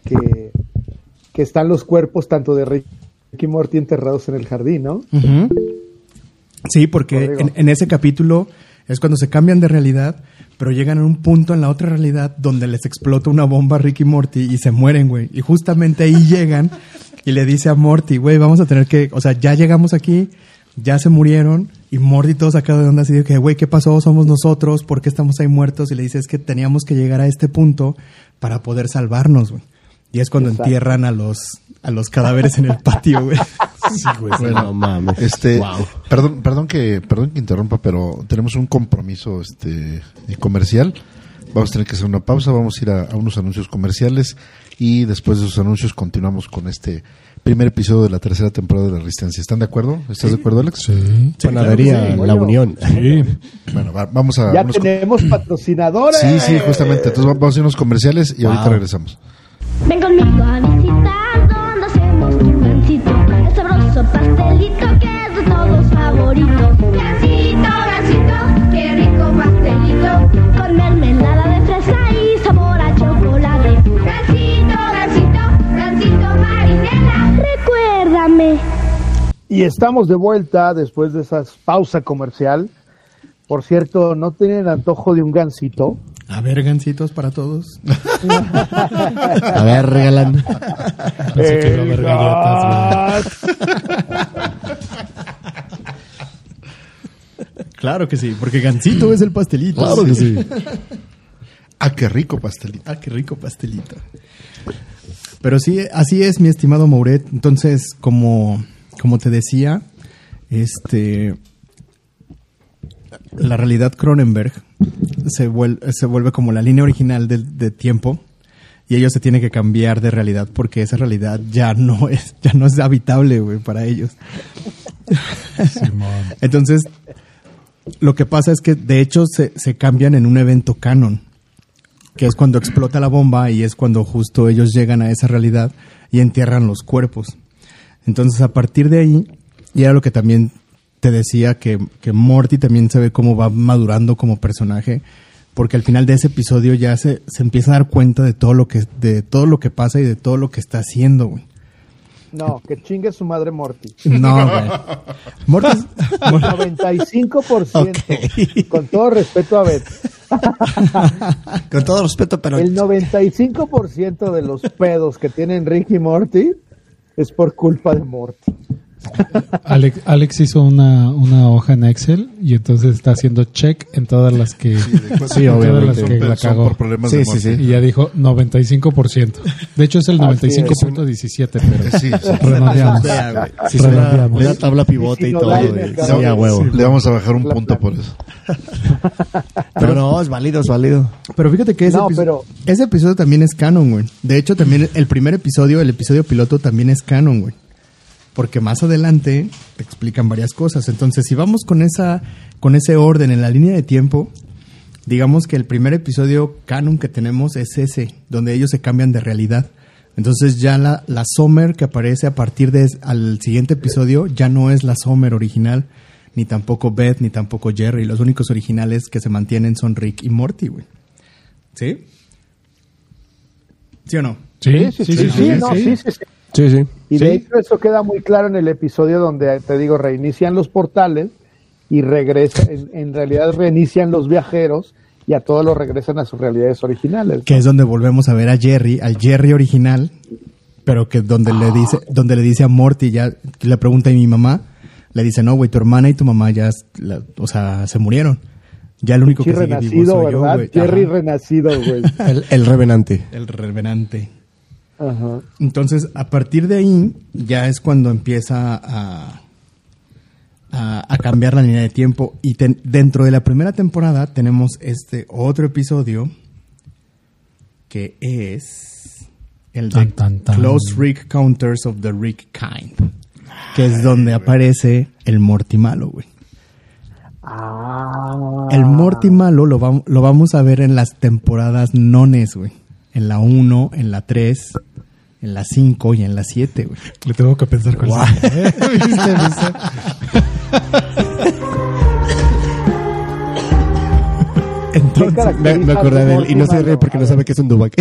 están los cuerpos tanto de Rick y Morty enterrados en el jardín, ¿no? Uh-huh. Sí, porque en ese capítulo es cuando se cambian de realidad, pero llegan a un punto en la otra realidad donde les explota una bomba a Rick y Morty y se mueren, güey. Y justamente ahí llegan y le dice a Morty, güey, vamos a tener que, o sea, ya llegamos aquí, ya se murieron, y Morty todo sacado de onda así de que, güey, ¿qué pasó? Somos nosotros, ¿por qué estamos ahí muertos? Y le dice, es que teníamos que llegar a este punto para poder salvarnos, güey. Y es cuando entierran a los cadáveres en el patio, güey. Sí, güey. Bueno, no mames. Wow. Perdón que interrumpa, pero tenemos un compromiso comercial. Vamos a tener que hacer una pausa, vamos a ir a unos anuncios comerciales y después de esos anuncios continuamos con este primer episodio de la tercera temporada de La Resistencia. ¿Están de acuerdo? ¿Estás de acuerdo, Alex? Sí. Panadería La Unión. Sí. Bueno, vamos a... Ya tenemos patrocinadores. Sí, justamente. Entonces vamos a ir a unos comerciales y ahorita regresamos. Ven conmigo a visitar donde hacemos tu gansito, el sabroso pastelito que es de todos favorito. Gansito, qué rico pastelito, con mermelada de fresa y sabor a chocolate. Gansito, marinela, recuérdame. Y estamos de vuelta después de esa pausa comercial. Por cierto, ¿no tienen antojo de un gansito? A ver, gancitos para todos. A ver, regalan. Pensé que iba a haber galletas, Claro que sí, porque gansito es el pastelito. Claro que sí. Ah, qué rico pastelito. Ah, qué rico pastelito. Pero sí, así es, mi estimado Mouret. Entonces, como te decía, la realidad Cronenberg se vuelve como la línea original de tiempo, y ellos se tienen que cambiar de realidad porque esa realidad ya no es habitable, güey, para ellos. Simón. Entonces, lo que pasa es que de hecho se cambian en un evento canon, que es cuando explota la bomba y es cuando justo ellos llegan a esa realidad y entierran los cuerpos. Entonces, a partir de ahí, y era lo que también te decía, que Morty también se ve cómo va madurando como personaje, porque al final de ese episodio ya se empieza a dar cuenta de todo lo que pasa y de todo lo que está haciendo, güey. No, que chingue su madre Morty. No, güey. Morty es- 95%. Con todo respeto a Beth. Con todo respeto, pero... El 95% de los pedos que tienen Rick y Morty es por culpa de Morty. Alex hizo una hoja en Excel y entonces está haciendo check en todas las que, Sí, en todas obviamente. las que la Son cagó. por problemas Sí, de sí, muerte. sí. Y ya dijo 95%. De hecho es el Así es. 95.17, pero Sí, sí. redondeamos. Ya, güey. Sí, sí, Redondeamos. le da tabla pivote y todo. Sinodal, güey. Sí, a huevo. Le vamos a bajar un punto por eso. Pero no, es válido, es válido. Pero fíjate que No, pero- ese episodio también es canon, güey. De hecho, también el primer episodio, el episodio piloto, también es canon, güey. Porque más adelante te explican varias cosas. Entonces, si vamos con ese orden en la línea de tiempo, digamos que el primer episodio canon que tenemos es ese, donde ellos se cambian de realidad. Entonces ya la Summer que aparece a partir al siguiente episodio ya no es la Summer original, ni tampoco Beth, ni tampoco Jerry. Los únicos originales que se mantienen son Rick y Morty, güey. ¿Sí? ¿Sí o no? Sí, No, sí. Sí, sí. Y de hecho eso queda muy claro en el episodio donde, te digo, reinician los portales y regresan, en realidad reinician los viajeros y a todos los regresan a sus realidades originales. Que es donde volvemos a ver a Jerry, al Jerry original, pero que donde le dice a Morty, ya que le pregunta a mi mamá, le dice, no, güey, tu hermana y tu mamá ya, se murieron. Ya el único que sigue vivo Renacido, soy yo, ¿verdad? güey. Jerry Ajá. Renacido, güey. El revenante. El revenante. Ajá. Entonces, a partir de ahí, ya es cuando empieza a cambiar la línea de tiempo. Y dentro de la primera temporada tenemos este otro episodio que es el de Tan, tan, tan. Close Rick Counters of the Rick Kind, que es donde aparece el Morty malo, güey. Ah. El Morty malo lo vamos a ver en las temporadas nones, güey. En la 1, en la 3, en la 5 y en la 7, güey. Le tengo que pensar con Guau. Entonces, Me acordé de él y no se ríe porque no sabe que es un Dubak.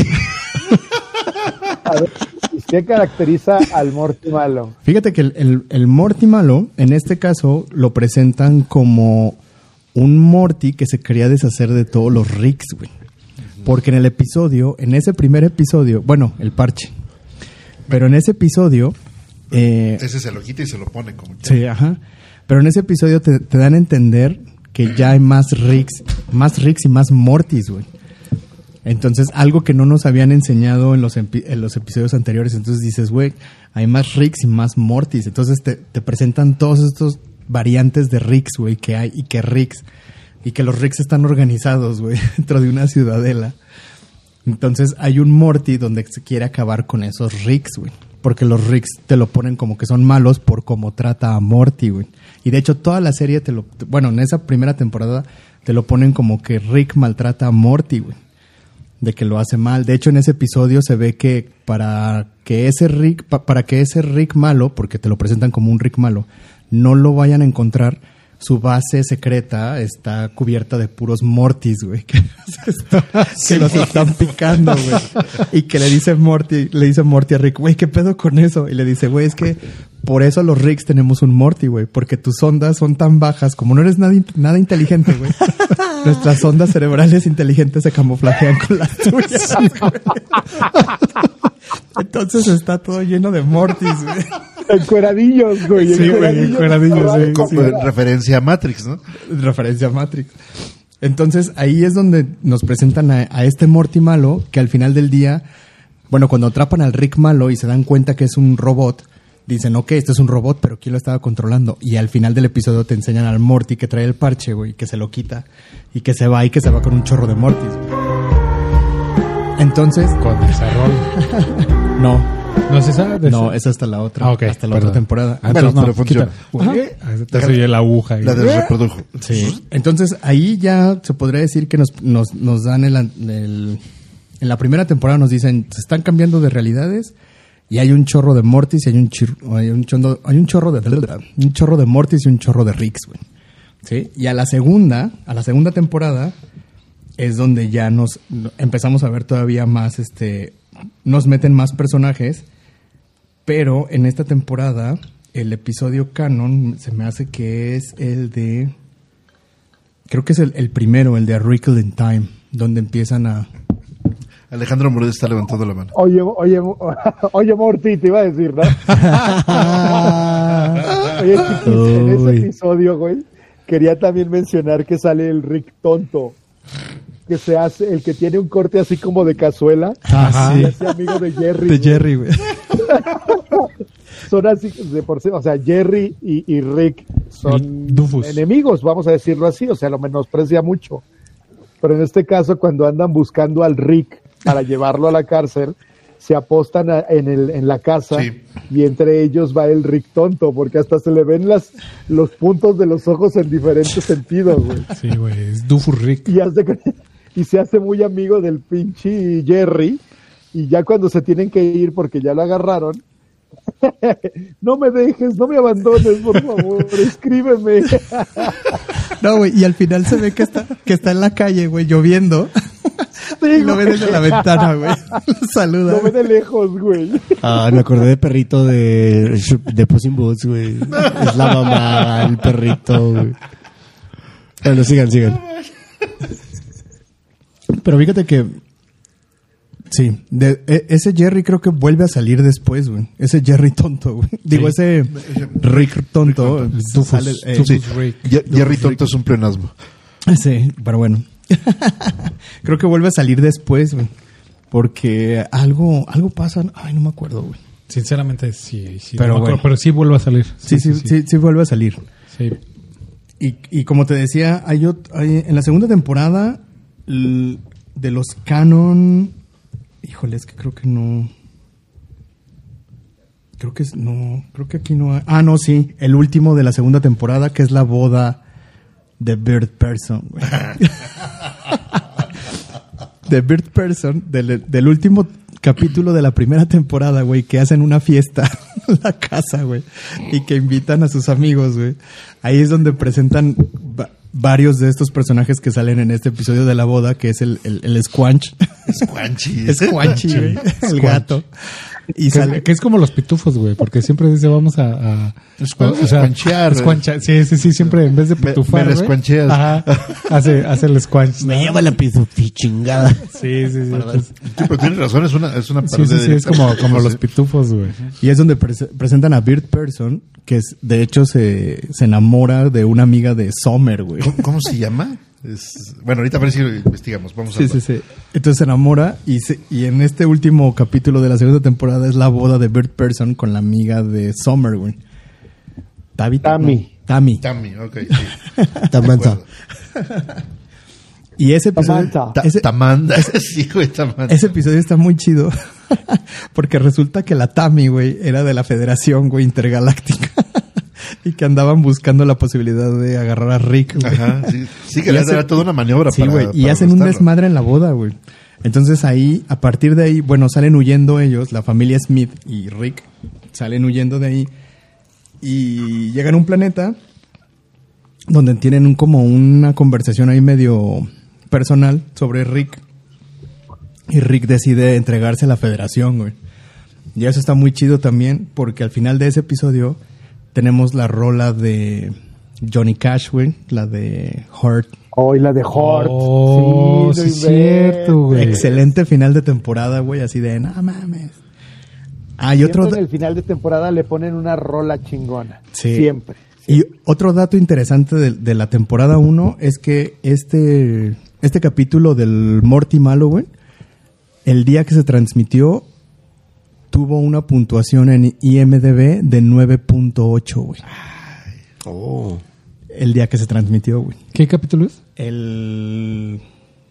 A ver, ¿qué caracteriza al Morty malo? fíjate que el Morty malo, en este caso, lo presentan como un Morty que se quería deshacer de todos los Ricks, güey. Porque en ese primer episodio, bueno, el parche, pero en ese episodio... Ese se lo quita y se lo pone como... Sí, ajá. Pero en ese episodio te dan a entender que ya hay más Ricks y más Mortys, güey. Entonces, algo que no nos habían enseñado en los episodios anteriores. Entonces dices, güey, hay más Ricks y más Mortys. Entonces te presentan todos estos variantes de Ricks, güey, que hay y que Ricks. Y que los Ricks están organizados, güey, dentro de una ciudadela. Entonces hay un Morty donde se quiere acabar con esos Ricks, güey. Porque los Ricks te lo ponen como que son malos por cómo trata a Morty, güey. Y de hecho toda la serie en esa primera temporada te lo ponen como que Rick maltrata a Morty, güey. De que lo hace mal. De hecho en ese episodio se ve que para que ese Rick malo, porque te lo presentan como un Rick malo, no lo vayan a encontrar, su base secreta está cubierta de puros Mortys, güey. Que los están picando, güey. Y que le dice Morty a Rick, güey, ¿qué pedo con eso? Y le dice, güey, es que Por eso los Ricks tenemos un Morty, güey. Porque tus ondas son tan bajas, como no eres nada inteligente, güey. Nuestras ondas cerebrales inteligentes se camuflajean con las tuyas, güey. Entonces está todo lleno de Mortys, güey. Encueradillos, güey. Sí, güey, encueradillos, sí, Como sí. referencia a Matrix, ¿no? Referencia a Matrix. Entonces ahí es donde nos presentan a este Morty malo, que al final del día, bueno, cuando atrapan al Rick malo y se dan cuenta que es un robot, dicen, ok, este es un robot, pero ¿quién lo estaba controlando? Y al final del episodio te enseñan al Morty que trae el parche, güey, que se lo quita y que se va con un chorro de Mortys, güey. Entonces, Con esa rola. no, No se sabe de no, eso. es hasta la otra, Ok, hasta la perdón. otra temporada. Ah, Bueno, entonces pero funciona. quita. Te oye la aguja. ahí. La del reprodujo. Sí. Entonces ahí ya se podría decir que nos dan en la primera temporada nos dicen, se están cambiando de realidades y hay un chorro de Mortys y hay un chorro de Mortys y un chorro de Ricks, güey. ¿Sí? Y a la segunda temporada es donde ya nos empezamos a ver todavía más, nos meten más personajes, pero en esta temporada el episodio canon se me hace que es el de, creo que es el primero, el de A Wrinkle in Time, donde empiezan a... Alejandro Murillo está levantando la mano. Oye, Morty, te iba a decir, ¿no? Oye, chiquis, en ese Uy. episodio, güey, quería también mencionar que sale el Rick tonto, que se hace, el que tiene un corte así como de cazuela, Ajá. y ese amigo de Jerry. De güey. Jerry, güey. Son así de por sí, o sea, Jerry y Rick son Dufus. enemigos, vamos a decirlo así, o sea, lo menosprecia mucho. Pero en este caso, cuando andan buscando al Rick para llevarlo a la cárcel, se apostan en la casa, Sí. y entre ellos va el Rick tonto, porque hasta se le ven los puntos de los ojos en diferentes sentidos, güey. Sí, güey. Es Dufus Rick. Y se hace muy amigo del pinche Jerry, y ya cuando se tienen que ir porque ya lo agarraron, no me dejes, no me abandones, por favor, escríbeme. No, güey, y al final se ve que está en la calle, güey, lloviendo. Sí, Y lo ve güey. desde la ventana, güey. Lo saluda. Lo ve de lejos, güey. Ah, me acordé de perrito de Puss in Boots, güey. Es la mamá, el perrito, güey. Bueno, sigan. Pero fíjate que... Sí, ese Jerry creo que vuelve a salir después, güey. Ese Jerry tonto, güey. Digo, ese Rick tonto. Dufus. sale, Sí. Rick. Jerry Tonto es un pleonasmo. Sí, pero bueno. Creo que vuelve a salir después, güey. Porque algo pasa. Ay, no me acuerdo, güey. Sinceramente, sí. Pero no me acuerdo, bueno. pero sí vuelve a salir. Sí, vuelve a salir. Sí. Y como te decía, hay en la segunda temporada de los canon... Híjole, es que creo que no... Creo que aquí no hay... Ah, no, sí. El último de la segunda temporada, que es la boda de Bird Person, güey. De Bird Person, del último capítulo de la primera temporada, güey, que hacen una fiesta en la casa, güey, y que invitan a sus amigos, güey. Ahí es donde presentan varios de estos personajes que salen en este episodio de la boda, que es el Squanch. Squanchy. Squanchy, güey. El gato. Y sale... Que es como los pitufos, güey, porque siempre dice vamos a Squanchear. Squanchar. Sí, siempre en vez de pitufar, me güey, squancheas. ajá, hace el squanch. Me lleva la pizufi chingada. Sí. Entonces, Sí, pero tienes razón, es una sí, parodia es como los pitufos, güey. Y es donde presentan a Bird Person, que de hecho se enamora de una amiga de Summer, güey. ¿Cómo se llama? Bueno, ahorita a ver si lo investigamos. Vamos a Sí. Entonces se enamora y en este último capítulo de la segunda temporada es la boda de Bird Person con la amiga de Summer, güey. Tammy. Tammy. Tammy, ok, sí. Tamanta. Y ese episodio... Samantha. Tamanda. Sí, güey, Tamanda. Ese episodio está muy chido porque resulta que la Tammy, güey, era de la Federación, güey, Intergaláctica y que andaban buscando la posibilidad de agarrar a Rick, güey. Ajá, sí. Sí, que Y le hace- era toda una maniobra Sí, para... güey, y para hacen un arrestarlo. desmadre en la boda, güey. Entonces ahí, a partir de ahí, bueno, salen huyendo ellos, la familia Smith y Rick salen huyendo de ahí y llegan a un planeta donde tienen como una conversación ahí medio personal sobre Rick. Y Rick decide entregarse a la Federación, güey. Y eso está muy chido también, porque al final de ese episodio tenemos la rola de Johnny Cash, güey, la de Heart. Oh, y la de Hort. Oh, sí, no es cierto, güey. Excelente final de temporada, güey, así de, no mames. Ah, y otro... En el final de temporada le ponen una rola chingona. Sí. Siempre. Y otro dato interesante de la temporada 1 es que este capítulo del Morty malo, güey, el día que se transmitió, tuvo una puntuación en IMDb de 9.8, güey. Oh. El día que se transmitió, güey. ¿Qué capítulo es? El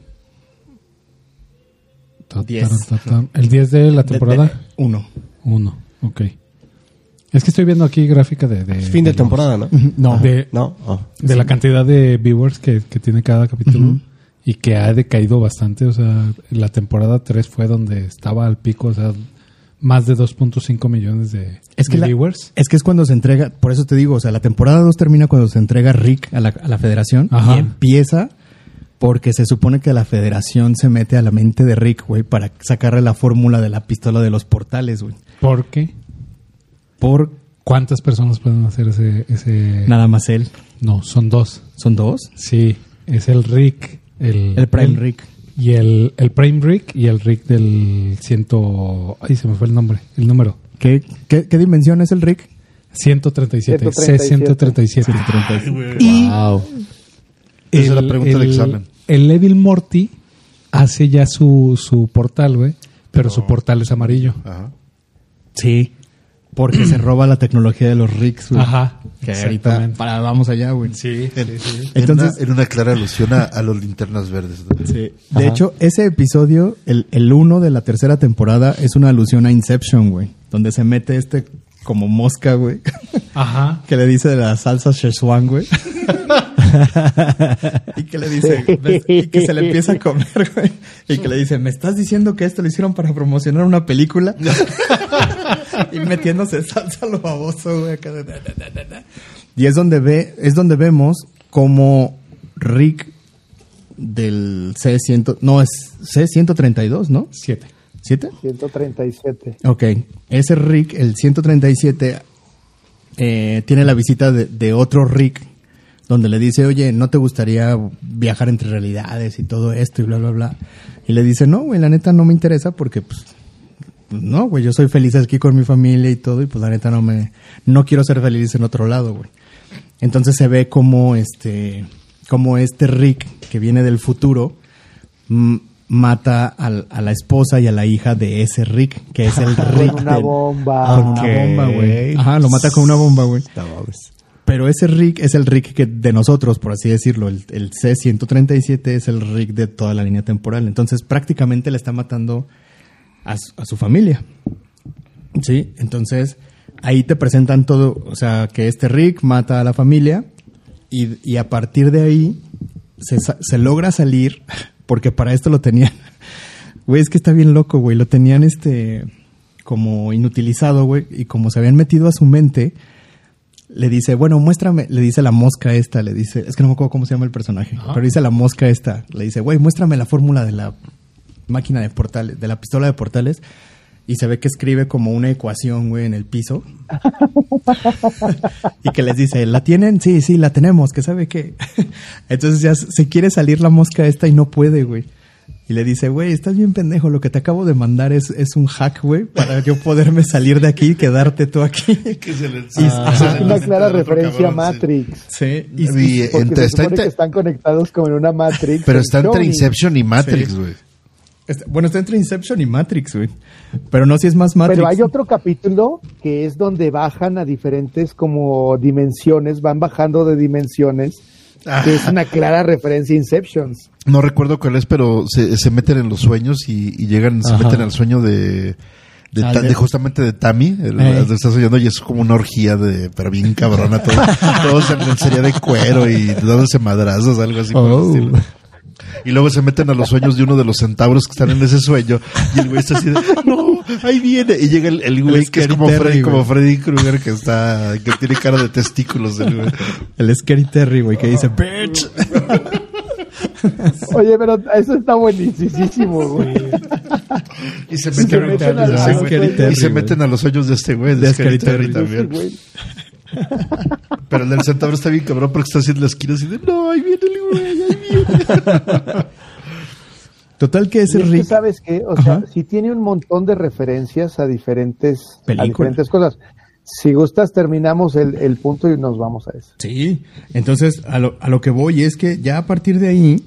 10. ¿El 10 de la temporada? 1. 1, ok. Es que estoy viendo aquí gráfica de Fin de temporada, ¿no? No. No. Oh. De la cantidad de viewers que tiene cada capítulo y que ha decaído bastante. O sea, la temporada 3 fue donde estaba al pico, o sea, más de 2.5 millones de viewers. Es que es cuando se entrega, por eso te digo, o sea, la temporada 2 termina cuando se entrega Rick a la federación. Ajá. Y empieza porque se supone que la federación se mete a la mente de Rick, güey, para sacarle la fórmula de la pistola de los portales, güey. ¿Por qué? Por ¿Cuántas personas pueden hacer ese...? nada más él. No, son 2. ¿Son 2? Sí, es el Rick. El Prime Rick. Y el Prime Rick y el Rick del Ay, se me fue el nombre, el número. ¿Qué dimensión es el Rick? 137. 137. C137. Y Wow. esa es la pregunta del examen. El Evil Morty hace ya su portal, güey, pero su portal es amarillo. Ajá. Sí. Porque se roba la tecnología de los Ricks, güey. Ajá, Que ahorita exactamente. vamos allá, güey. Sí, Entonces, en una clara alusión a los linternas verdes, ¿no? sí. De hecho, ese episodio, el 1 de la tercera temporada, es una alusión a Inception, güey. Donde se mete como mosca, güey. Ajá. Que le dice de la salsa Szechuan, güey. Y que le dice, y que se le empieza a comer, güey. Y que le dice, ¿me estás diciendo que esto lo hicieron para promocionar una película? Y metiéndose salsa a lo baboso, güey. Acá. Y es donde vemos cómo Rick del C132, ¿no? 7. ¿7? 137. Ok. Ese Rick, el 137, tiene la visita de otro Rick, donde le dice, oye, ¿no te gustaría viajar entre realidades y todo esto y bla, bla, bla? Y le dice, no, güey, la neta no me interesa porque, pues, no, güey, yo soy feliz aquí con mi familia y todo y, pues, la neta no quiero ser feliz en otro lado, güey. Entonces se ve como este Rick, que viene del futuro, mata a la esposa y a la hija de ese Rick, que es el Rick Con una bomba. Con una bomba, güey. Ajá, lo mata con una bomba, güey. Pero ese Rick es el Rick que de nosotros, por así decirlo. El C-137 es el Rick de toda la línea temporal. Entonces, prácticamente le está matando a su familia. ¿Sí? Entonces, ahí te presentan todo. O sea, que este Rick mata a la familia y a partir de ahí se logra salir, porque para esto lo tenían. Güey, es que está bien loco, güey. Lo tenían como inutilizado, güey. Y como se habían metido a su mente, le dice, bueno, muéstrame, le dice la mosca esta, le dice, es que no me acuerdo cómo se llama el personaje, pero dice la mosca esta, le dice, güey, muéstrame la fórmula de la máquina de portales, de la pistola de portales, y se ve que escribe como una ecuación, güey, en el piso, y que les dice, ¿la tienen? Sí, la tenemos, que sabe qué. Entonces ya se quiere salir la mosca esta y no puede, güey. Y le dice, güey, estás bien pendejo, lo que te acabo de mandar es un hack, güey, para yo poderme salir de aquí y quedarte tú aquí. Es una clara referencia a Matrix. Sí. Porque se supone que están conectados como en una Matrix. Pero está entre Inception y Matrix, güey. Bueno, está entre Inception y Matrix, güey. Pero no si es más Matrix. Pero hay otro capítulo que es donde bajan a diferentes como dimensiones, van bajando de dimensiones, que es una clara referencia a Inception. No recuerdo cuál es, pero se meten en los sueños y llegan, se meten al sueño de justamente de Tammy, donde está soñando, y es como una orgía pero bien cabrona, todos en lencería de cuero y dándose madrazos, algo así por el estilo. Y luego se meten a los sueños de uno de los centauros que están en ese sueño, y el güey está así de, no, ahí viene, y llega el güey que es como Freddy Krueger, que tiene cara de testículos, el güey. El Scary Terry, güey, que dice, bitch. Oye, pero eso está buenísimo, güey. Y se meten a los hoyos de este güey, de Scary Terry también. Pero el del centauro está bien cabrón porque está haciendo la esquina así de no, ahí viene el güey, ahí viene. Total que ese Y es que, Rick... ¿sabes qué? O sea, si tiene un montón de referencias a diferentes cosas. Si gustas, terminamos el punto y nos vamos a eso. Sí, entonces a lo que voy es que ya a partir de ahí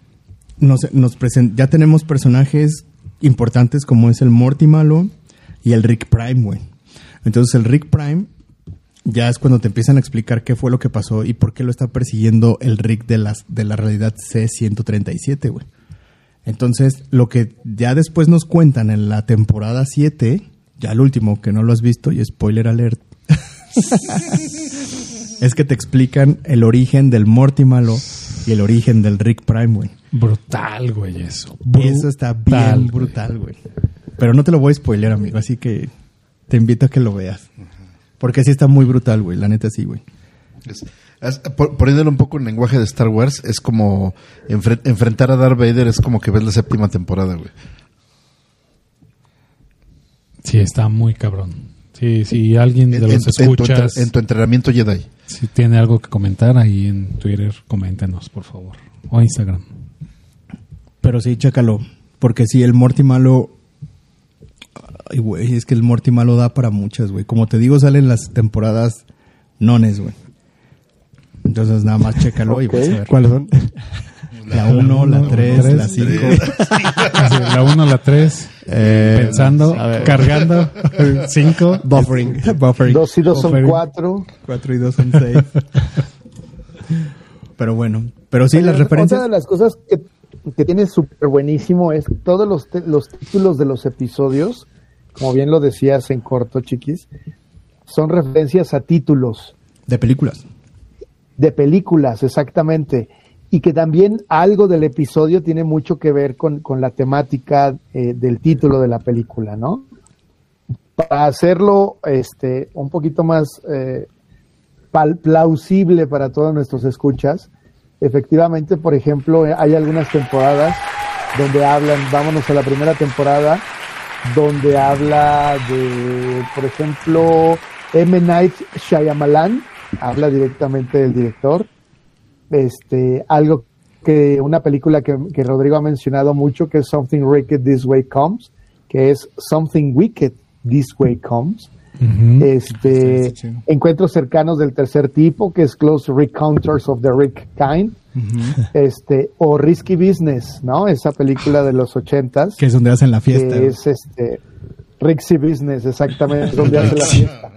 ya tenemos personajes importantes como es el Morty malo y el Rick Prime, güey. Entonces el Rick Prime ya es cuando te empiezan a explicar qué fue lo que pasó y por qué lo está persiguiendo el Rick de la realidad C-137, güey. Entonces, lo que ya después nos cuentan en la temporada 7, ya el último, que no lo has visto, y spoiler alert, es que te explican el origen del Morty malo y el origen del Rick Prime, güey. Brutal, güey, eso. Eso está bien brutal, güey. Pero no te lo voy a spoiler, amigo, así que te invito a que lo veas. Porque sí está muy brutal, güey, la neta sí, güey. Poniéndolo un poco en lenguaje de Star Wars, es como enfrentar a Darth Vader, es como que ves la 7ª temporada, güey. Sí, está muy cabrón. Sí, si alguien de los escuchas... En tu entrenamiento Jedi. Si tiene algo que comentar, ahí en Twitter, coméntenos, por favor. O Instagram. Pero sí, chécalo. Porque sí, el Morty malo... Ay, güey, es que el Morty malo da para muchas, güey. Como te digo, salen las temporadas nones, güey. Entonces nada más chécalo y vas a ver. ¿Cuáles son? La 1, la 3, la 5. La 1, la 3. Pensando, cargando. 5. Buffering. 2 y 2 son 4. 4 y 2 son 6. Pero bueno. Pero sí, las referencias... Otra de las cosas que tiene súper buenísimo es todos los títulos de los episodios, como bien lo decías en corto, chiquis, son referencias a títulos. De películas. De películas, exactamente. Y que también algo del episodio tiene mucho que ver con la temática del título de la película, ¿no? Para hacerlo un poquito más plausible para todos nuestros escuchas, efectivamente, por ejemplo, hay algunas temporadas donde hablan, vámonos a la primera temporada, donde habla de, por ejemplo, M. Night Shyamalan, habla directamente del director. Algo que una película que Rodrigo ha mencionado mucho, que es Something Wicked This Way Comes, que es Something Wicked This Way Comes. Uh-huh. Encuentros cercanos del tercer tipo, que es Close Encounters of the Rick Kind. Uh-huh. O Risky Business, ¿no? Esa película de los 80s. Que es donde hacen la fiesta. Que es Risky Business, exactamente, donde hacen la fiesta.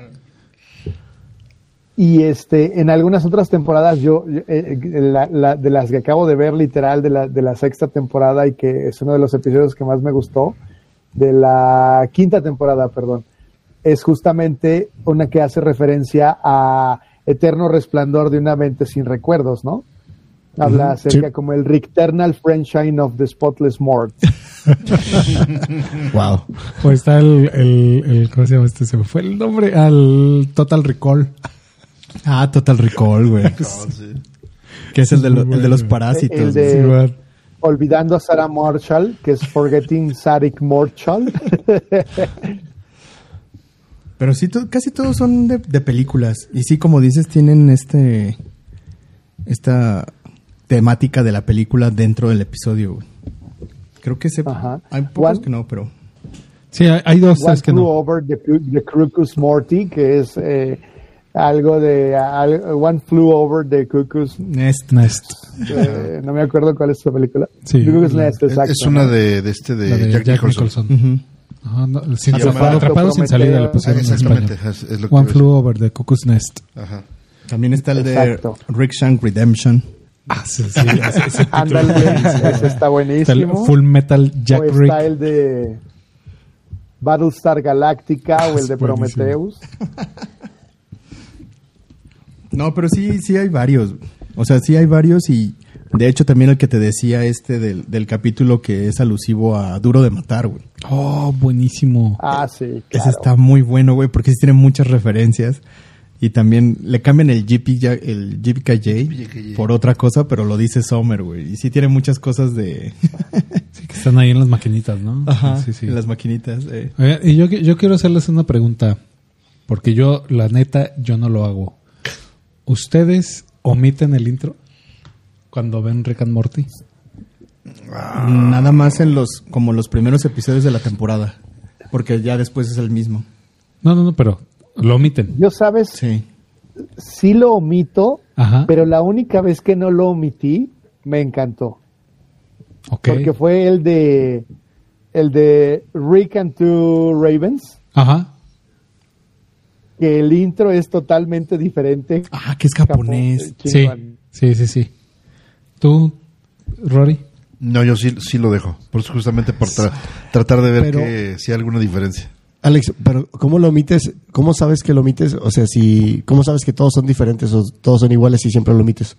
Y en algunas otras temporadas, de las que acabo de ver, literal, de la 6ª temporada, y que es uno de los episodios que más me gustó, de la 5ª temporada, perdón, es justamente una que hace referencia a Eterno Resplandor de una mente sin recuerdos, ¿no? Habla acerca como el Rickternal Friendshine of the Spotless Mort. Wow. Pues está el ¿cómo se llama Se me fue el nombre. Al Total Recall. Ah, Total Recall, güey. Sí. Que es el de los parásitos. El de Olvidando a Sarah Marshall, que es Forgetting Sarah Marshall. Pero sí, casi todos son de películas. Y sí, como dices, tienen esta temática de la película dentro del episodio, güey. Creo que hay pocos que no, pero... Sí, hay dos, tres que no. Over the Crocus Morty, que es... algo de One Flew Over the Cuckoo's Nest. No me acuerdo cuál es su película. Sí, Cuckoo's Nest, exacto. Es una de Jack Nicholson. Uh-huh. Atrapado sin salida, le pusieron en español. Es lo que One Flew Over the Cuckoo's Nest. Ajá. También está el de Rick Shank Redemption. Sí, ándale, ese está buenísimo. Está el Full Metal Jack Rick. Está el de Battlestar Galactica o el de Prometheus. No, pero sí hay varios. O sea, sí hay varios y de hecho también el que te decía del capítulo que es alusivo a Duro de Matar, güey. Oh, buenísimo. Ah, sí, claro. Ese está muy bueno, güey, porque sí tiene muchas referencias Y también le cambian el JPKJ por otra cosa, pero lo dice Summer, güey. Y sí tiene muchas cosas de... Sí, que están ahí en las maquinitas, ¿no? Ajá, Sí, sí. en las maquinitas. Oigan, y yo quiero hacerles una pregunta, porque yo, la neta, yo no lo hago. ¿Ustedes omiten el intro cuando ven Rick and Morty? Nada más en como los primeros episodios de la temporada. Porque ya después es el mismo. No, pero lo omiten. Yo, ¿sabes? Sí. Sí lo omito, Ajá. pero la única vez que no lo omití, me encantó. Ok. Porque fue el de Rick and Two Ravens, Ajá. que el intro es totalmente diferente. Ah, que es japonés. Sí. Sí. ¿Tú, Rory? No, yo sí lo dejo. Por eso, justamente por tratar de ver Pero- si hay alguna diferencia. Alex, pero ¿cómo lo omites? ¿Cómo sabes que lo omites? O sea, ¿cómo sabes que todos son diferentes o todos son iguales y siempre lo omites?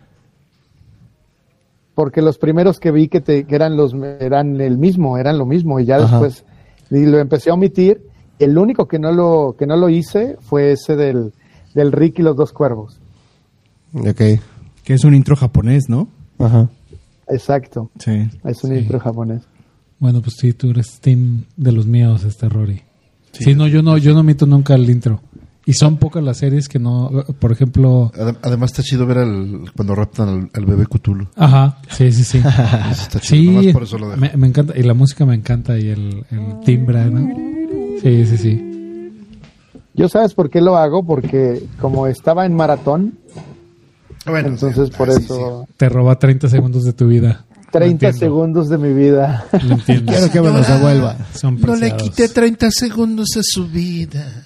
Porque los primeros que vi que eran lo mismo, y ya Ajá. después lo empecé a omitir. El único que no lo hice fue ese del Rick y los dos cuervos. Ok. Que es un intro japonés, ¿no? Ajá. Exacto, Sí. es un intro japonés. Bueno, pues sí, tú eres team de los míos, Rory. Sí, no, yo no omito nunca el intro. Y son pocas las series que no, por ejemplo... Además está chido ver cuando raptan al bebé Cthulhu. Ajá, sí. Eso está chido. Sí, Nomás por eso lo dejo. me encanta. Y la música me encanta y el timbre, ¿no? Sí. Yo, ¿sabes por qué lo hago? Porque como estaba en maratón, Bueno, entonces por sí, eso Te roba 30 segundos de tu vida. 30 Lo entiendo, segundos de mi vida. Lo entiendo. Quiero que me los devuelva. Son No le preciados. quité 30 segundos a su vida.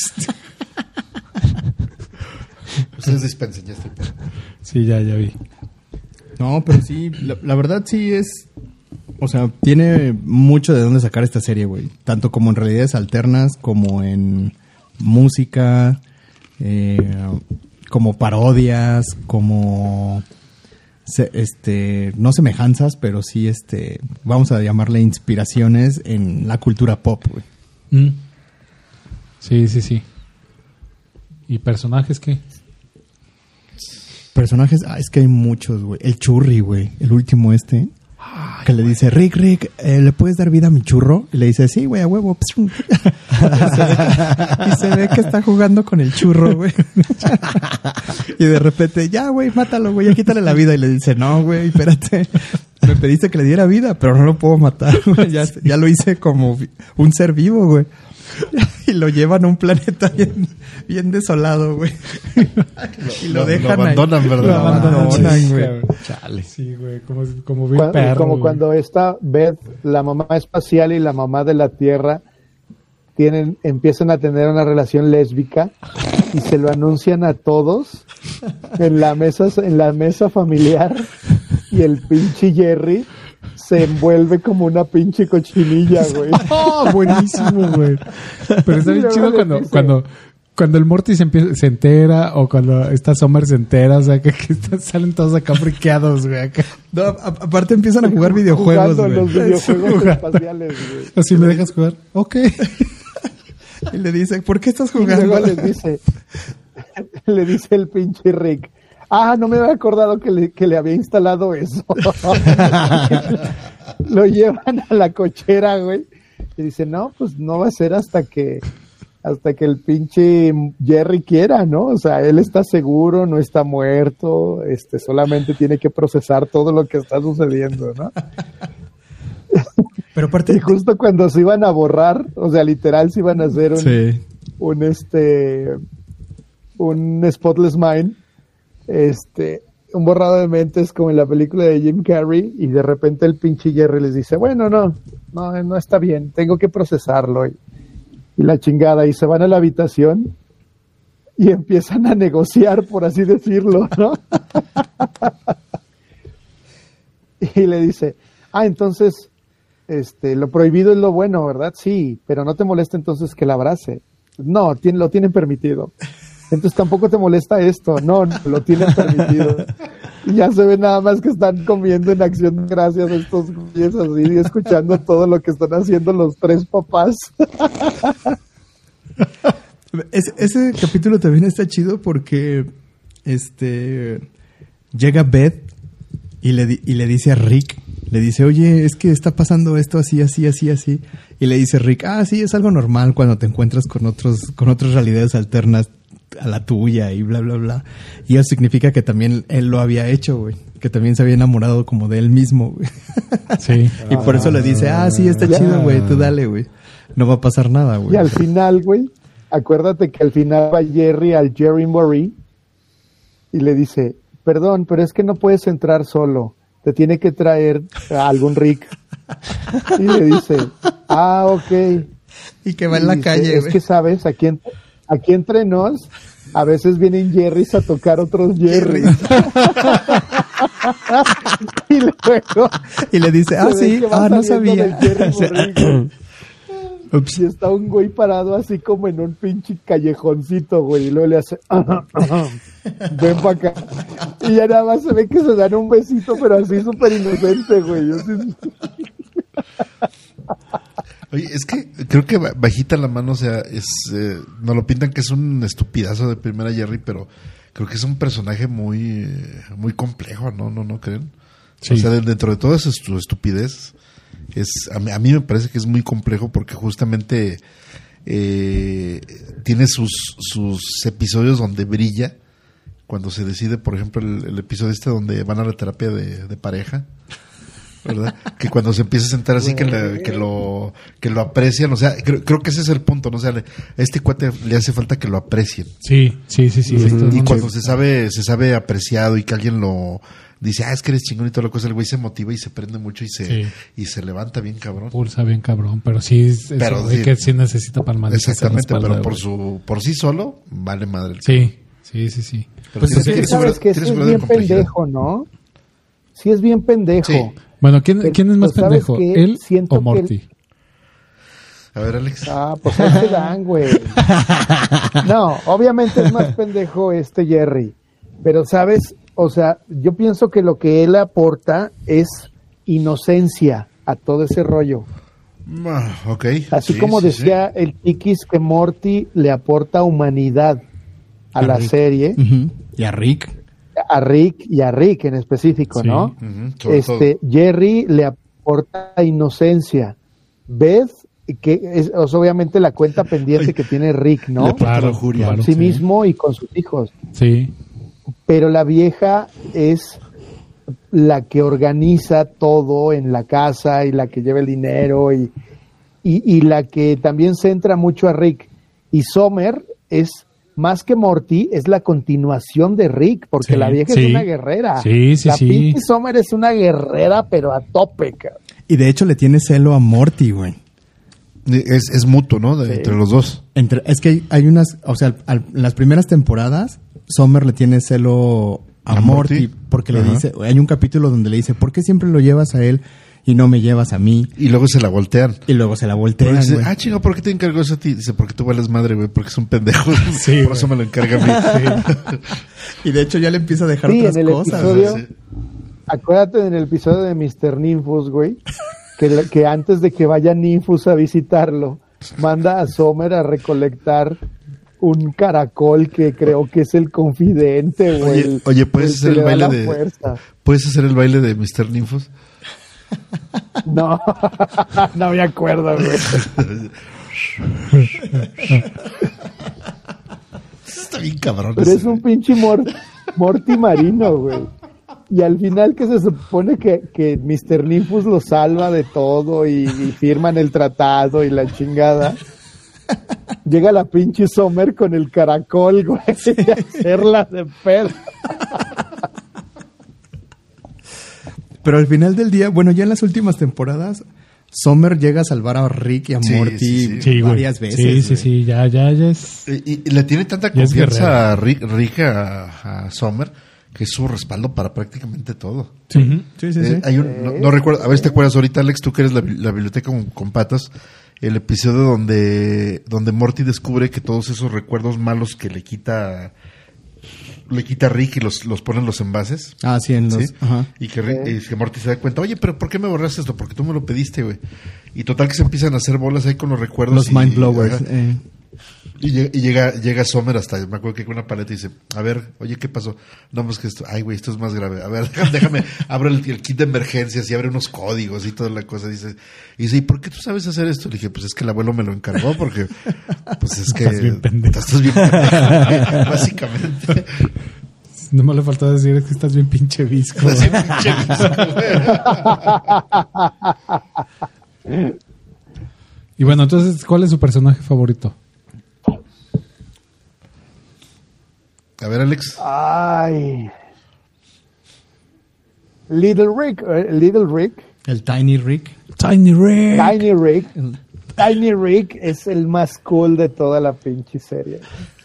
Ustedes dispensen, ya estoy. Sí, ya vi. No, pero sí, la verdad sí es... O sea, tiene mucho de dónde sacar esta serie, güey. Tanto como en realidades alternas, como en música, como parodias, como... no semejanzas, pero sí, vamos a llamarle inspiraciones en la cultura pop, güey. Sí. ¿Y personajes qué? Personajes, es que hay muchos, güey. El Churri, güey. El último que le dice, Rick, ¿le puedes dar vida a mi churro? Y le dice, sí, güey, a huevo. Y se ve que está jugando con el churro, güey. Y de repente, ya, güey, mátalo, güey, ya quítale la vida. Y le dice, no, güey, espérate. Me pediste que le diera vida, pero no lo puedo matar, güey. Ya lo hice como un ser vivo, güey. Y lo llevan a un planeta bien desolado, güey. Y lo dejan ahí. Lo abandonan, ¿verdad? Lo abandonan, güey. Chale. Sí, güey, como bien perro. Como güey. cuando está Beth, la mamá espacial y la mamá de la Tierra, empiezan a tener una relación lésbica y se lo anuncian a todos en la mesa familiar, y el pinche Jerry se envuelve como una pinche cochinilla, güey. ¡Oh, buenísimo, güey! Pero está bien Y chido luego le dice- cuando el Morty se entera, o cuando está Summer se entera, o sea, que salen todos acá friqueados, güey. Acá. No, aparte empiezan a jugar videojuegos, Jugando en los güey. videojuegos Jugando. espaciales, güey. Así me dejas jugar. Ok. Y le dice, ¿por qué estás Y jugando? luego le dice el pinche Rick, no me había acordado que le había instalado eso. Lo llevan a la cochera, güey. Y dice, no, pues no va a ser hasta que el pinche Jerry quiera, ¿no? O sea, él está seguro, no está muerto, solamente tiene que procesar todo lo que está sucediendo, ¿no? Pero aparte... Y justo cuando se iban a borrar, o sea, literal se iban a hacer Sí. un Spotless Mind, un borrado de mentes como en la película de Jim Carrey, y de repente el pinche Jerry les dice, bueno, no está bien, tengo que procesarlo, y la chingada, y se van a la habitación y empiezan a negociar, por así decirlo, ¿no? Y le dice, entonces, lo prohibido es lo bueno, ¿verdad? Sí, pero no te molesta entonces que la abrace. No, lo tienen permitido. Entonces tampoco te molesta esto. No, lo tienen permitido. Y ya se ve nada más que están comiendo en acción de gracias estos güeyes así, y escuchando todo lo que están haciendo los tres papás. Ese capítulo también está chido porque llega Beth y le dice a Rick, le dice, oye, es que está pasando esto así. Y le dice Rick, sí, es algo normal cuando te encuentras con otras realidades alternas a la tuya y bla, bla, bla. Y eso significa que también él lo había hecho, güey. Que también se había enamorado como de él mismo, güey. Sí. Y por eso le dice, sí, está chido, güey, tú dale, güey. No va a pasar nada, güey. Y al final, güey, acuérdate que al final va Jerry al Jerry Murray y le dice, perdón, pero es que no puedes entrar solo. Te tiene que traer a algún Rick. Y le dice, ok. Y que va en la dice, calle, es güey. que sabes, aquí entre nos, a veces vienen Jerrys a tocar otros Jerrys. Y luego y le dice, se ve sí, que va no saliendo sabía. del Jerry Murray, Ups. y está un güey parado así como en un pinche callejoncito, güey. Y luego le hace, ven para acá. Y ya nada más se ve que se dan un besito, pero así súper inocente, güey. Así. Oye, es que creo que bajita la mano, o sea, nos lo pintan que es un estupidazo de primera Jerry, pero creo que es un personaje muy muy complejo, ¿no creen? Sí. O sea, dentro de toda su estupidez, a mí me parece que es muy complejo porque justamente tiene sus episodios donde brilla, cuando se decide, por ejemplo, el episodio donde van a la terapia de pareja, ¿verdad? Que cuando se empieza a sentar así que lo aprecian, o sea, creo que ese es el punto, ¿no? O sea, a este cuate le hace falta que lo aprecien. Sí. Y cuando se sabe apreciado y que alguien lo dice, es que eres chingón y toda la cosa, el güey se motiva y se prende mucho y se levanta bien cabrón. Pulsa bien cabrón, pero sí, que sí necesita palmaditas. Exactamente, en la espalda, pero por sí solo, vale madre. Sí. Pero Pues tiene su sabes que sí tiene su es grado de bien complejidad. pendejo, ¿no? Sí es bien pendejo. Sí. Bueno, ¿quién es más Pues, ¿sabes pendejo? qué? ¿Él Siento o Morty? A ver, Alex. Pues ahí te dan, güey. No, obviamente es más pendejo Jerry. Pero, ¿sabes? O sea, yo pienso que lo que él aporta es inocencia a todo ese rollo. Ok. Así Sí, como sí, decía el Tikis que Morty le aporta humanidad a la Rick. serie, Ujú. Y a Rick. a Rick en específico, Sí. ¿no? Ujú, sobre todo. Jerry le aporta inocencia. Beth, que es obviamente la cuenta pendiente que tiene Rick, ¿no? Claro, Con sí mismo y con sus hijos. Sí. Pero la vieja es la que organiza todo en la casa y la que lleva el dinero y la que también centra mucho a Rick. Y Summer es más que Morty, es la continuación de Rick, porque Sí, la vieja sí. es una guerrera. Sí. La pinche Summer es una guerrera, pero a tope, cabrón. Y de hecho le tiene celo a Morty, güey. Es mutuo, ¿no? Entre los dos. Es que hay unas, o sea, en las primeras temporadas, Summer le tiene celo a Morty porque le dice, hay un capítulo donde le dice, ¿por qué siempre lo llevas a él y no me llevas a mí? Y luego se la voltean. Y luego se la Pero voltean, dice, güey. chinga, ¿por qué te encargó eso a ti? Dice, porque tú vales madre, güey, porque es un pendejo. Sí, por eso me lo encarga a mí. Y de hecho ya le empieza a dejar Sí, otras en el cosas. episodio, Sí. acuérdate en el episodio de Mr. Ninfus, güey, que antes de que vaya Ninfus a visitarlo, manda a Summer a recolectar un caracol que creo que es el confidente, güey. Oye, ¿puedes hacer el baile de fuerza. ¿Puedes hacer el baile de Mr. Ninfos? No, no me acuerdo, güey. Está bien cabrón. Pero ese, es un pinche Morty marino, güey. Y al final que se supone que Mr. Ninfus lo salva de todo y firman el tratado y la chingada. Llega la pinche Summer con el caracol, güey, a hacerla de pedo. Pero al final del día, bueno, ya en las últimas temporadas, Summer llega a salvar a Rick y a Sí, Morty Sí, güey. varias veces. Sí, ya es. Y le tiene tanta Ya es confianza a Rick a Summer que es su respaldo para prácticamente todo. Sí. Sí. Hay no recuerdo, a ver si te acuerdas ahorita, Alex, tú que eres la biblioteca con patas, el episodio donde Morty descubre que todos esos recuerdos malos que le quita Rick y los pone en los envases. Ah, sí, en los... ¿Sí? Ajá. Y que Morty se da cuenta, oye, pero ¿por qué me borraste esto? Porque tú me lo pediste, güey. Y total que se empiezan a hacer bolas ahí con los recuerdos. Los mind blowers. Ajá. Y llega Sommer hasta, me acuerdo que con una paleta y dice, a ver, oye, ¿qué pasó? No, pues que esto, ay, güey, esto es más grave. A ver, déjame, abro el kit de emergencias y abre unos códigos y toda la cosa. Dice, ¿y por qué tú sabes hacer esto? Le dije, pues es que el abuelo me lo encargó porque, pues es que... Estás bien pendejo. Estás bien pendejo, básicamente. No me le faltó decir, es que estás bien pinche visco. Estás bien pinche visco, Y bueno, entonces, ¿cuál es su personaje favorito? A ver, Alex. Ay. Little Rick. El Tiny Rick. Tiny Rick. Tiny Rick es el más cool de toda la pinche serie.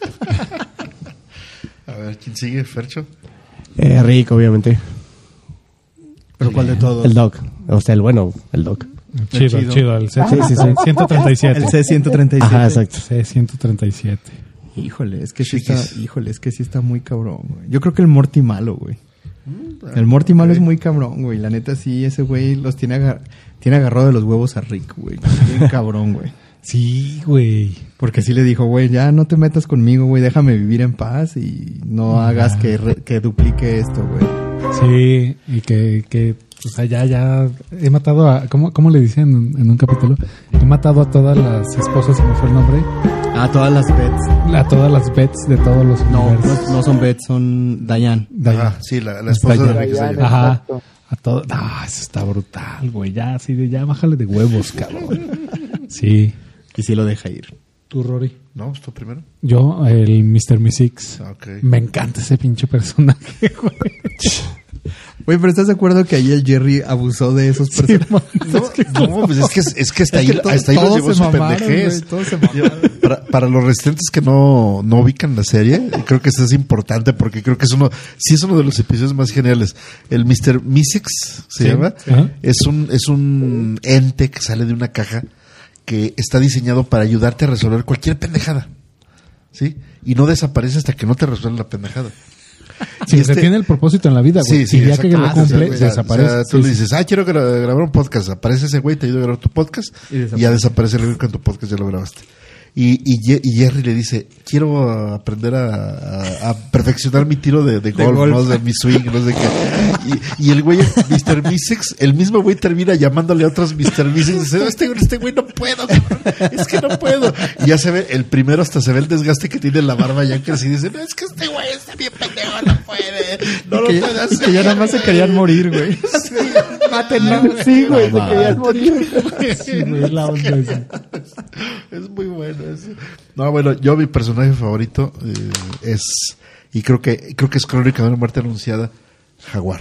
A ver, ¿quién sigue? ¿Fercho? Rick, obviamente. ¿Pero cuál de todos? El Doc. O sea, el Doc. Chido, el Sí, sí, sí. 137. El C-137. Ajá, exacto. C-137. Híjole, es que sí está muy cabrón, güey. Yo creo que el Morty malo, güey. El Morty malo es muy cabrón, güey. La neta, sí, ese güey los tiene agarrado de los huevos a Rick, güey. Bien cabrón, güey. Sí, güey. Porque sí le dijo, güey, ya no te metas conmigo, güey. Déjame vivir en paz y no hagas que duplique esto, güey. Sí, y que o sea, ya he matado a... ¿Cómo le dicen en un capítulo? He matado a todas las esposas, se me fue el nombre. A todas las Bets. A todas las Bets de todos los universos. No son Bets, son Diane. Ajá, sí, la esposa de Rick es Diane. Ajá. Exacto. A todo... No, eso está brutal, güey. Ya, así de ya bájale de huevos, cabrón. Sí. Y sí lo deja ir. ¿Tú, Rory? No, pues tú primero. Yo, el Mr. Mystics. Ok. Me encanta ese pinche personaje, güey. Güey, pero ¿estás de acuerdo que ahí el Jerry abusó de esos personajes? No, pues es que hasta ahí los llevó su pendejez. Para los residentes que no ubican la serie, creo que eso es importante porque creo que es uno de los episodios más geniales. El Mr. Mystics se llama. Ajá. Es un ente que sale de una caja que está diseñado para ayudarte a resolver cualquier pendejada. ¿Sí? Y no desaparece hasta que no te resuelve la pendejada. Sí, tiene el propósito en la vida, güey. Sí, y ya que lo cumple, desaparece. O sea, tú le dices, quiero grabar un podcast. Aparece ese güey, te ayuda a grabar tu podcast. Y ya desaparece el güey con tu podcast, ya lo grabaste. Y Jerry le dice, quiero aprender a perfeccionar mi tiro de golf, ¿no? De mi swing, no sé qué. Y el güey, Mr. Mystics, el mismo güey termina llamándole a otros Mr. Mystics y dice, este güey no puedo, cabrón. Es que no puedo. Y ya se ve, el primero hasta se ve el desgaste que tiene en la barba ya crecida y dice, no, es que este güey está bien pendejo, no puede. No lo puede hacer. Que ya nada más se querían morir, güey. Mátenlo. Sí, güey, se querían morir. Sí, güey, es la onda esa. Es muy bueno eso. No, bueno, yo mi personaje favorito es, y creo que es Crónica de una muerte anunciada, Jaguar.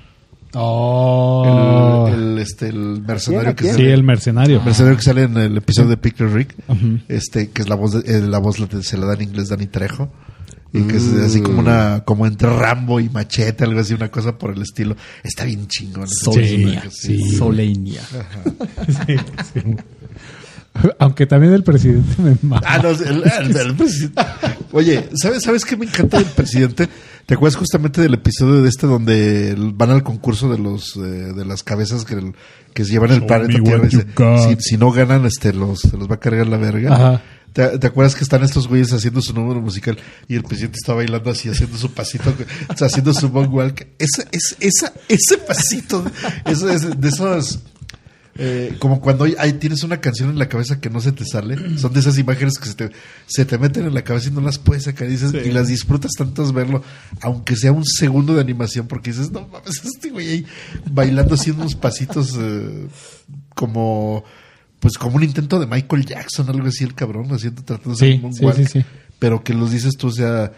Oh. El mercenario que Sí, sale. el mercenario. El mercenario que sale en el episodio de Pickle Rick, que es la voz se la da en inglés Danny Trejo. Y que es así como entre Rambo y Machete, algo así, una cosa por el estilo. Está bien chingón. Soleinia. Sí, sí. Aunque también el presidente me mata. No, el presidente. Oye, ¿sabes qué me encanta del presidente? ¿Te acuerdas justamente del episodio de donde van al concurso de las cabezas que se llevan el planeta Tierra? Y dice, si no ganan, se los va a cargar la verga. Ajá. ¿Te acuerdas que están estos güeyes haciendo su número musical y el presidente está bailando así, haciendo su pasito, haciendo su moonwalk? Ese pasito, eso es de esos... como cuando tienes una canción en la cabeza que no se te sale, son de esas imágenes que se te meten en la cabeza y no las puedes sacar y las disfrutas tanto verlo, aunque sea un segundo de animación, porque dices, no mames, este güey ahí bailando haciendo unos pasitos como un intento de Michael Jackson, algo así, el cabrón, tratando de hacer un moonwalk, pero que los dices tú, o sea,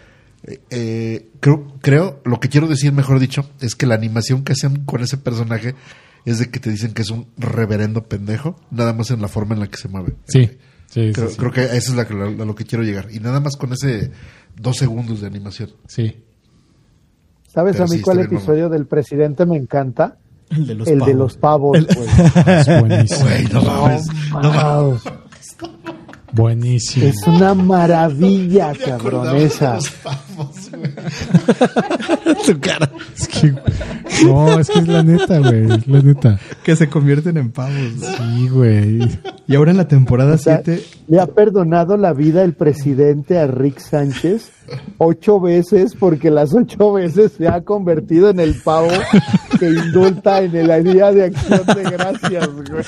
creo, lo que quiero decir, mejor dicho, es que la animación que hacen con ese personaje es de que te dicen que es un reverendo pendejo, nada más en la forma en la que se mueve. Sí. Creo que eso es a lo que quiero llegar. Y nada más con ese 2 segundos de animación. Sí. ¿Sabes Pero a mí sí, cuál está bien, episodio del presidente me encanta? El de los pavos, güey. Es buenísimo. Güey, no mames. Buenísimo. Es una maravilla, cabrón, esa. Tu cara. Es que, no, es que es la neta, güey. Es la neta. Que se convierten en pavos. ¿No? Sí, güey. Y ahora en la temporada O sea, 7... le ha perdonado la vida el presidente a Rick Sánchez 8 veces porque las 8 veces se ha convertido en el pavo que indulta en el Día de Acción de Gracias, güey.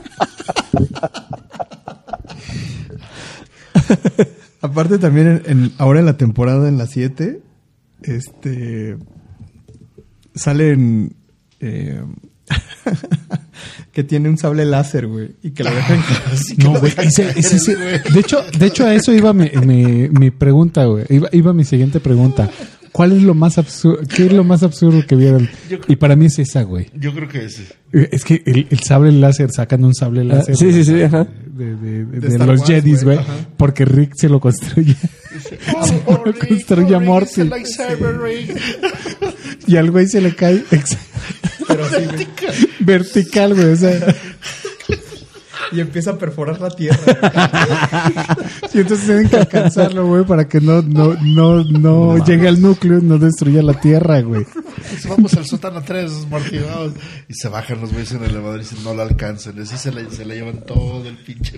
Aparte también ahora en la temporada en la 7 salen que tiene un sable láser, güey, y que lo dejan No, güey. De hecho, a eso iba mi pregunta, güey. Iba mi siguiente pregunta. ¿Cuál es lo más absurdo? ¿Qué es lo más absurdo que vieron? Y para mí es esa, güey. Yo creo que ese. Es que el sable láser, sacan un sable láser. Sí, ajá. De Star los Wars, Jedis, güey. ajá. Porque Rick se lo construye. Se lo construye a Morty. Y al güey se le cae. pero así, güey. Vertical, güey. O sea. Y empieza a perforar la tierra. Y entonces tienen que alcanzarlo, güey, para que no llegue al núcleo, no destruya la tierra, güey. Vamos al sótano 3, Morty, vamos. Y se bajan los güeyes en el elevador y dicen, no la alcanzan. Así se la llevan todo el pinche.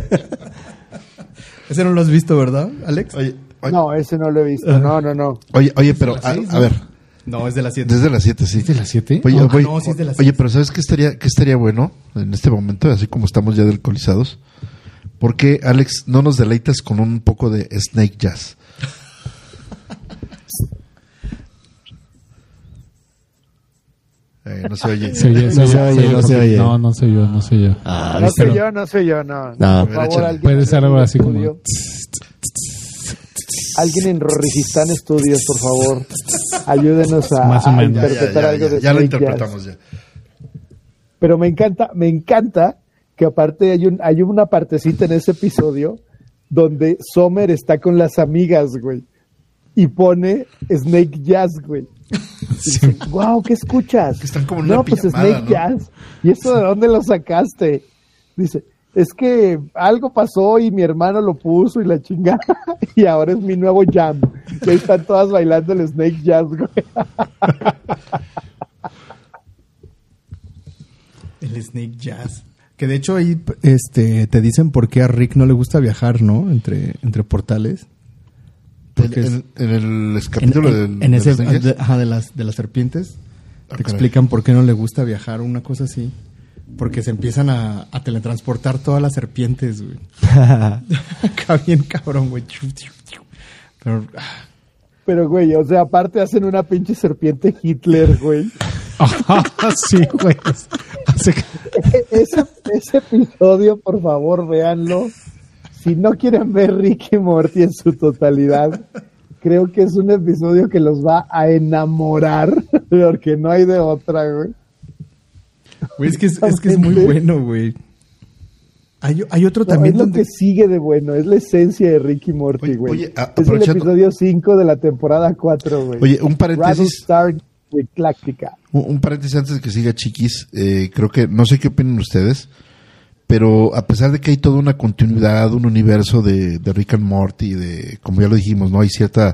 Ese no lo has visto, ¿verdad, Alex? Oye, No, ese no lo he visto. No. Oye, pero a ver, No, es de la 7. desde las 7, sí. ¿Es de las 7? Oye, No, oye, no, sí es de las oye, 6. pero ¿sabes qué estaría bueno en este momento? Así como estamos ya alcoholizados. ¿Por qué, Alex, no nos deleitas con un poco de Snake Jazz? No se oye. No se oye. No, no soy yo. Ah, No ¿viste? soy yo, no. No. Por favor, Échale. alguien Puede ser algo así como... estudio. Alguien en Rorrigistán Studios, por favor, ayúdenos a, Más o a menos. interpretar algo de Ya lo Snake Jazz. interpretamos ya. Pero me encanta que aparte hay una partecita en ese episodio donde Summer está con las amigas, güey, y pone Snake Jazz, güey. Y dice, wow, ¿qué escuchas? Que están como en una no, pues pijamada, Snake ¿no? Jazz. ¿Y eso de dónde lo sacaste? Dice, es que algo pasó y mi hermano lo puso y la chingada y ahora es mi nuevo jam. Y ahí están todas bailando el Snake Jazz, güey. El Snake Jazz. Que de hecho ahí te dicen por qué a Rick no le gusta viajar, ¿no? Entre portales. Porque En el capítulo en ese Snake Jazz. de las serpientes te caray. explican por qué no le gusta viajar, una cosa así. Porque se empiezan a teletransportar todas las serpientes, güey. Acá bien cabrón, güey. Pero Pero, güey, o sea, aparte hacen una pinche serpiente Hitler, güey. Sí, güey. Ese episodio, por favor, véanlo. Si no quieren ver Rick y Morty en su totalidad, creo que es un episodio que los va a enamorar, porque no hay de otra, güey. güey, es que es muy bueno, güey. Hay otro No, también es lo donde... que sigue de bueno, es la esencia de Rick y Morty, Oye, güey. oye, Es el aprovechando- episodio 5 de la temporada 4, güey. Oye, un paréntesis. Rattlestar Galactica. Un paréntesis antes de que siga, chiquis. Creo que, no sé qué opinan ustedes, pero a pesar de que hay toda una continuidad, un universo de Rick and Morty, como ya lo dijimos, ¿no? Hay ciertas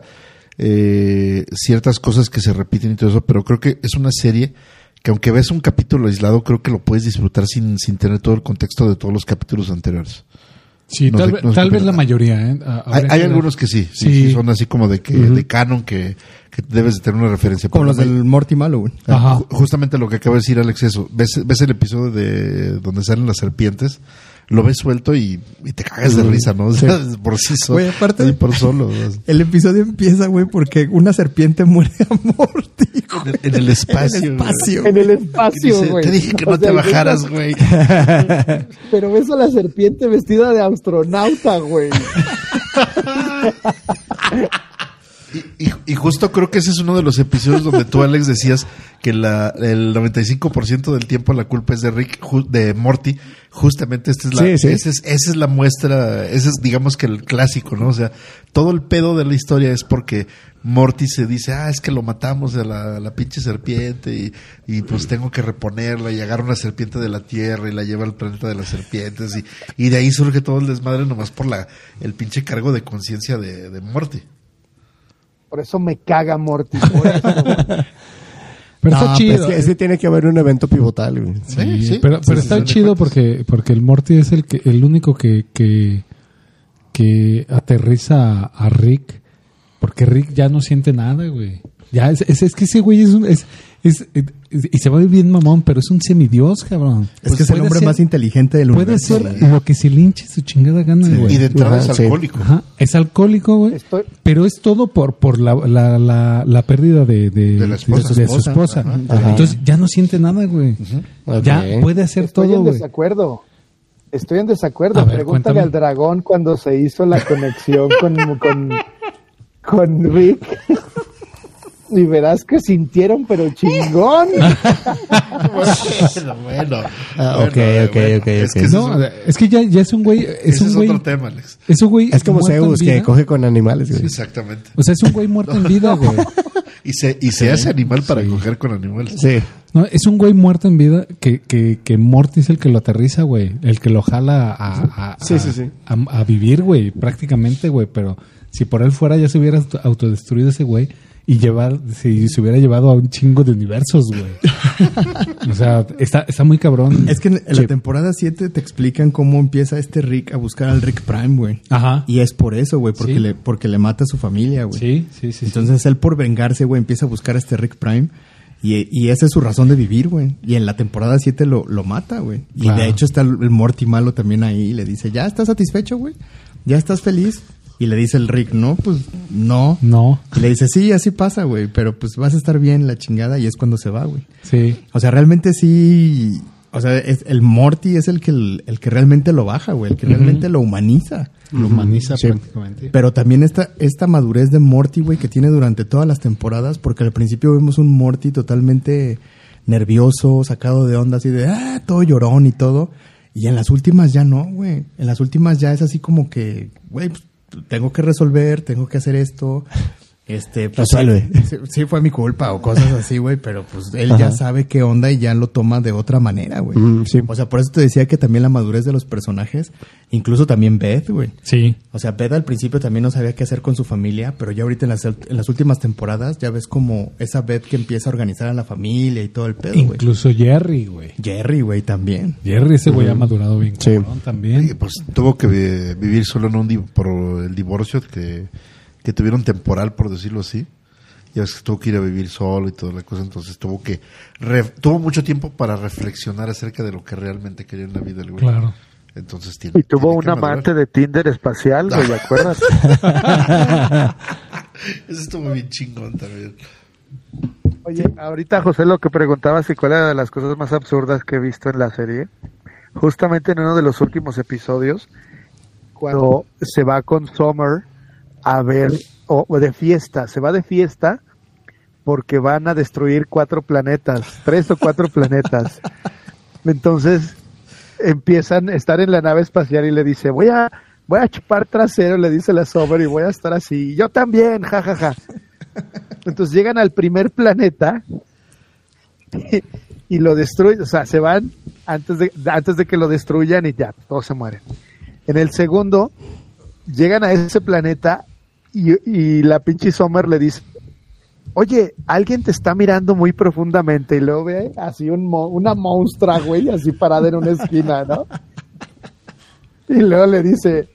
cosas que se repiten y todo eso, pero creo que es una serie que aunque ves un capítulo aislado, creo que lo puedes disfrutar sin tener todo el contexto de todos los capítulos anteriores. Sí, No tal, sé- vez, no sé tal qué vez la opinan. mayoría, ¿eh? Hay algunos que sí, son así como de que de canon que debes de tener una referencia. Como pero los no hay- del Morty malo, güey. Ajá. Justamente lo que acaba de decir Alex, eso. Ves el episodio de donde salen las serpientes, lo ves suelto y te cagas de risa, ¿no? O sea, por sí solo. Güey, aparte- Sí, por solo. El episodio empieza, güey, porque una serpiente muere a Morty, güey. En el espacio. En el espacio. En el Y espacio, dice, güey. te dije que O no te sea, bajaras, güey. Pero ves a la serpiente vestida de astronauta, güey. Y justo creo que ese es uno de los episodios donde tú, Alex, decías que el 95% del tiempo la culpa es de Rick, de Morty. Justamente esta es la, Sí, sí. esa es la muestra, ese es, digamos que el clásico, ¿no? O sea, todo el pedo de la historia es porque Morty se dice, es que lo matamos a la pinche serpiente y pues tengo que reponerla y agarra una serpiente de la tierra y la lleva al planeta de las serpientes y de ahí surge todo el desmadre nomás por el pinche cargo de conciencia de Morty. Por eso me caga Morty. Por eso, güey. Pero está chido. Es que tiene que haber un evento pivotal, güey. Sí, pero está chido porque el Morty es el único que aterriza a Rick, porque Rick ya no siente nada, güey. Ya es que ese güey y se va bien mamón, pero es un semidios, cabrón. Es que es el hombre más inteligente del universo. Puede ser lo que se le hinche su chingada gana, güey. Y de entrada es alcohólico. Ajá, es alcohólico, güey. Pero es todo por la pérdida de su esposa. Ajá. Entonces ya no siente nada, güey. Ya puede hacer todo, güey. Estoy en desacuerdo. A ver, Pregúntale cuéntame. al dragón cuando se hizo la conexión con Rick. Y verás que sintieron, pero chingón. Bueno. Ok. Es que ya es un güey. Es un güey. Otro tema, Alex. Es un güey. Es como muerto Zeus, en que vida. coge con animales, güey. Exactamente. O sea, es un güey muerto en vida, güey. Y se hace animal para coger con animales. Sí. No, es un güey muerto en vida que Morty es el que lo aterriza, güey. El que lo jala Sí. a vivir, güey, prácticamente, güey. Pero si por él fuera ya se hubiera autodestruido ese güey y se hubiera llevado a un chingo de universos, güey. O sea, está muy cabrón. Es que en la temporada 7 te explican cómo empieza este Rick a buscar al Rick Prime, güey. Ajá. Y es por eso, güey, porque, Sí. porque le mata a su familia, güey. Sí. Entonces él por vengarse, güey, empieza a buscar a este Rick Prime. Y esa es su razón de vivir, güey. Y en la temporada 7 lo mata, güey. Y Claro. de hecho está el Morty malo también ahí. Y le dice, ¿ya estás satisfecho, güey? ¿Ya estás feliz? Y le dice el Rick, no, pues no. No. Y le dice, sí, así pasa, güey. Pero pues vas a estar bien, la chingada. Y es cuando se va, güey. Sí. O sea, realmente sí. O sea, el Morty es el que realmente lo baja, güey. El que realmente lo humaniza. Lo humaniza Sí. prácticamente. Pero también esta madurez de Morty, güey, que tiene durante todas las temporadas, porque al principio vemos un Morty totalmente nervioso, sacado de onda, así de, todo llorón y todo. Y en las últimas ya no, güey. En las últimas ya es así como que, güey, pues, tengo que resolver, tengo que hacer esto. Pues, Resuelve. sí fue mi culpa o cosas así, güey, pero pues él ya sabe qué onda y ya lo toma de otra manera, güey. Sí. O sea, por eso te decía que también la madurez de los personajes, incluso también Beth, güey. Sí. O sea, Beth al principio también no sabía qué hacer con su familia, pero ya ahorita en las últimas temporadas ya ves como esa Beth que empieza a organizar a la familia y todo el pedo, güey. Incluso Jerry, güey. Jerry, güey, también. Jerry, ese güey ha madurado bien Sí. cabrón también. Y pues tuvo que vivir solo por el divorcio que tuvieron temporal, por decirlo así. Ya ves que tuvo que ir a vivir solo y toda la cosa, entonces tuvo mucho tiempo para reflexionar acerca de lo que realmente quería en la vida el güey. Claro. Entonces Y tuvo tiene un que amante madurar. de Tinder espacial, güey, ¿te acuerdas? Eso estuvo bien chingón también. Oye, ahorita José lo que preguntaba si cuál era de las cosas más absurdas que he visto en la serie, justamente en uno de los últimos episodios, cuando se va con Summer a ver, o de fiesta, se va de fiesta porque van a destruir 3 o 4 planetas. Entonces empiezan a estar en la nave espacial y le dice, voy a chupar trasero, le dice la Summer, y voy a estar así, yo también, jajaja. Entonces llegan al primer planeta y lo destruyen, o sea, se van antes de que lo destruyan y ya, todos se mueren. En el segundo, llegan a ese planeta y la pinche Summer le dice, oye, alguien te está mirando muy profundamente, y luego ve así una monstrua, güey, así parada en una esquina, ¿no? Y luego le dice,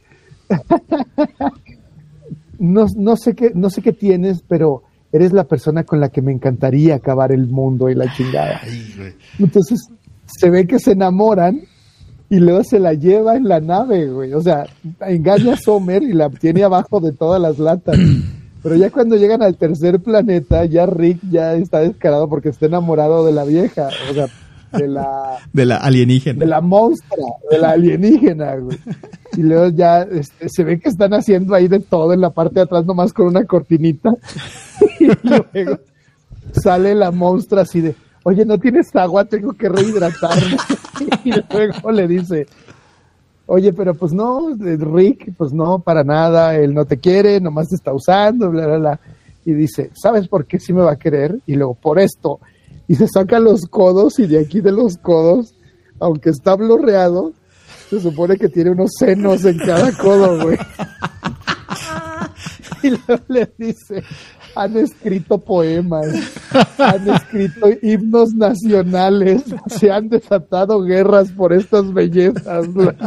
no sé qué tienes, pero eres la persona con la que me encantaría acabar el mundo y la chingada. Ay, güey. Entonces se ve que se enamoran y luego se la lleva en la nave, güey. O sea, engaña a Summer y la tiene abajo de todas las latas. Pero ya cuando llegan al tercer planeta, ya Rick ya está descarado porque está enamorado de la vieja. O sea, De la alienígena. de la monstrua, de la alienígena, güey. Y luego ya se ve que están haciendo ahí de todo en la parte de atrás, nomás con una cortinita. Y luego sale la monstrua así de, oye, ¿no tienes agua? Tengo que rehidratarme. Y luego le dice, oye, pero pues no, Rick, pues no, para nada, él no te quiere, nomás te está usando, bla, bla, bla. Y dice, ¿sabes por qué sí me va a querer? Y luego, por esto. Y se saca los codos, y de aquí de los codos, aunque está blurreado, se supone que tiene unos senos en cada codo, güey. Y luego le dice, han escrito poemas, han escrito himnos nacionales, se han desatado guerras por estas bellezas.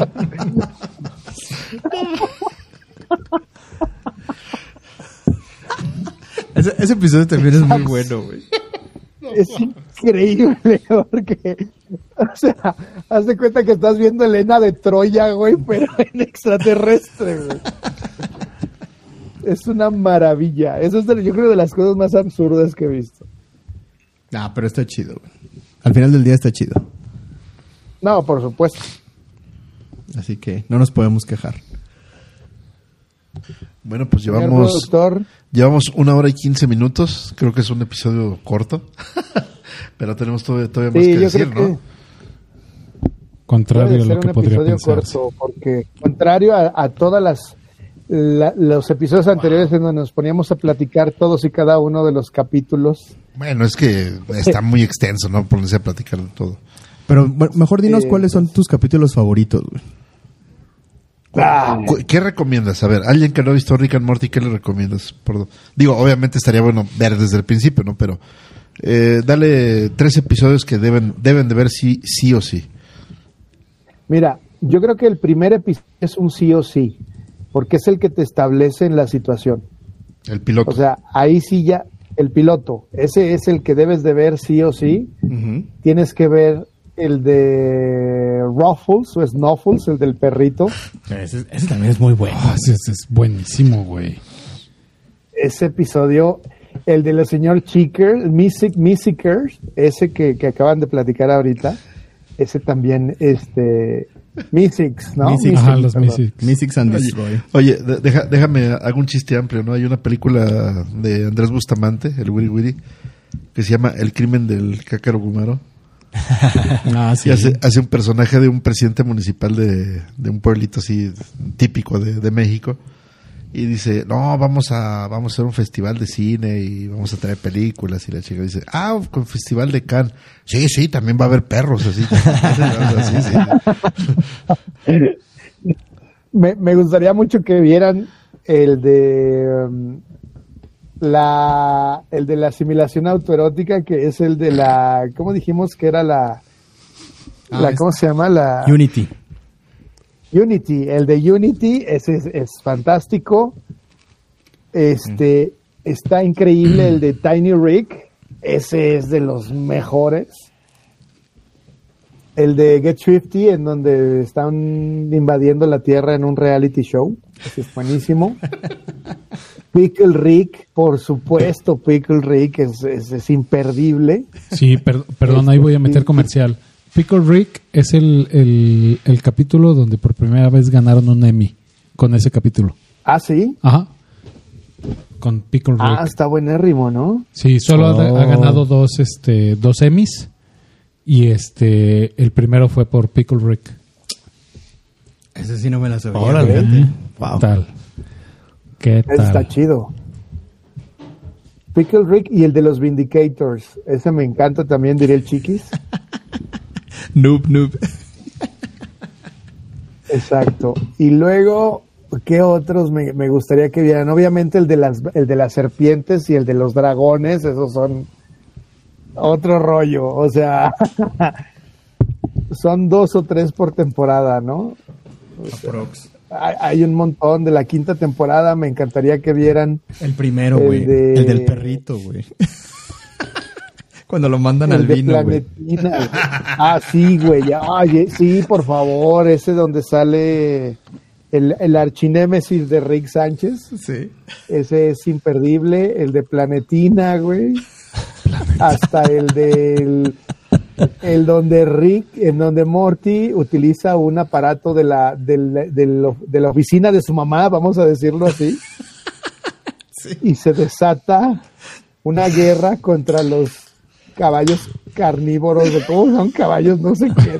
Ese episodio también es muy bueno, güey. Es increíble porque, o sea, haz de cuenta que estás viendo Helena de Troya, güey, pero en extraterrestre, güey. Es una maravilla. Eso es, yo creo, de las cosas más absurdas que he visto. Ah, pero está chido, güey. Al final del día está chido. No, por supuesto. Así que no nos podemos quejar. Bueno, pues Señor llevamos productor, 1 hora y 15 minutos. Creo que es un episodio corto. Pero tenemos todavía más sí, que yo decir, creo ¿no? Contrario puede a ser lo que un podría episodio pensarse. corto, porque contrario a todas los episodios anteriores en donde nos poníamos a platicar todos y cada uno de los capítulos. Bueno, es que está muy extenso, ¿no? Ponerse a platicar de todo. Pero mejor dinos cuáles son tus capítulos favoritos, güey. ¿Qué recomiendas? A ver, alguien que no ha visto Rick and Morty, ¿qué le recomiendas? Digo, obviamente estaría bueno ver desde el principio, ¿no? Pero dale 3 episodios que deben de ver sí o sí. Mira, yo creo que el primer episodio es un sí o sí, porque es el que te establece en la situación. El piloto. O sea, ahí sí ya, el piloto, ese es el que debes de ver sí o sí. Tienes que ver el de Ruffles o Snuffles, el del perrito. Ese también es muy bueno. Ese es buenísimo, güey. Ese episodio, el de la señor Chicker, Missiker, ese que acaban de platicar ahorita, ese también, Mystics, ¿no? Mystics. Ajá, los perdón. Mystics. Mystics and Destroy. Oye, déjame, hago un chiste amplio, ¿no? Hay una película de Andrés Bustamante, el Wiri Wiri, que se llama El crimen del cácaro Gumaro. Ah, sí. Y hace un personaje de un presidente municipal de un pueblito así típico de México. Y dice, no, vamos a hacer un festival de cine y vamos a traer películas. Y la chica dice, con festival de Cannes. Sí, también va a haber perros así. Sí. Me gustaría mucho que vieran el de la asimilación autoerótica, que es el de la, ¿cómo dijimos que era ¿cómo se llama? La Unity. Unity, el de Unity, ese es fantástico. Está increíble el de Tiny Rick, ese es de los mejores. El de Get Swifty, en donde están invadiendo la Tierra en un reality show, ese es buenísimo. Pickle Rick, por supuesto, Pickle Rick es imperdible. Sí, perdón, ahí voy a meter comercial. Pickle Rick es el capítulo donde por primera vez ganaron un Emmy con ese capítulo. Ah, ¿sí? Ajá. Con Pickle Rick. Está buenérrimo, ¿no? Sí, solo ha ganado dos Emmys y el primero fue por Pickle Rick. Ese sí no me la sabía. Órale. Fíjate. Wow. ¿Qué tal? Está chido. Pickle Rick y el de los Vindicators. Ese me encanta también, diría el Chiquis. Noob. Exacto. Y luego, ¿qué otros me gustaría que vieran? Obviamente el de las serpientes y el de los dragones, esos son otro rollo. O sea, son 2 o 3 por temporada, ¿no? Hay un montón de la 5ª temporada. Me encantaría que vieran el primero, güey. El del perrito, güey. Cuando lo mandan al vino, güey. Sí, güey. Sí, por favor. Ese donde sale el archinémesis de Rick Sánchez. Sí. Ese es imperdible. El de Planetina, güey. Hasta el donde Morty utiliza un aparato de la oficina de su mamá, vamos a decirlo así. Sí. Y se desata una guerra contra los caballos carnívoros, de cómo son caballos, no sé qué,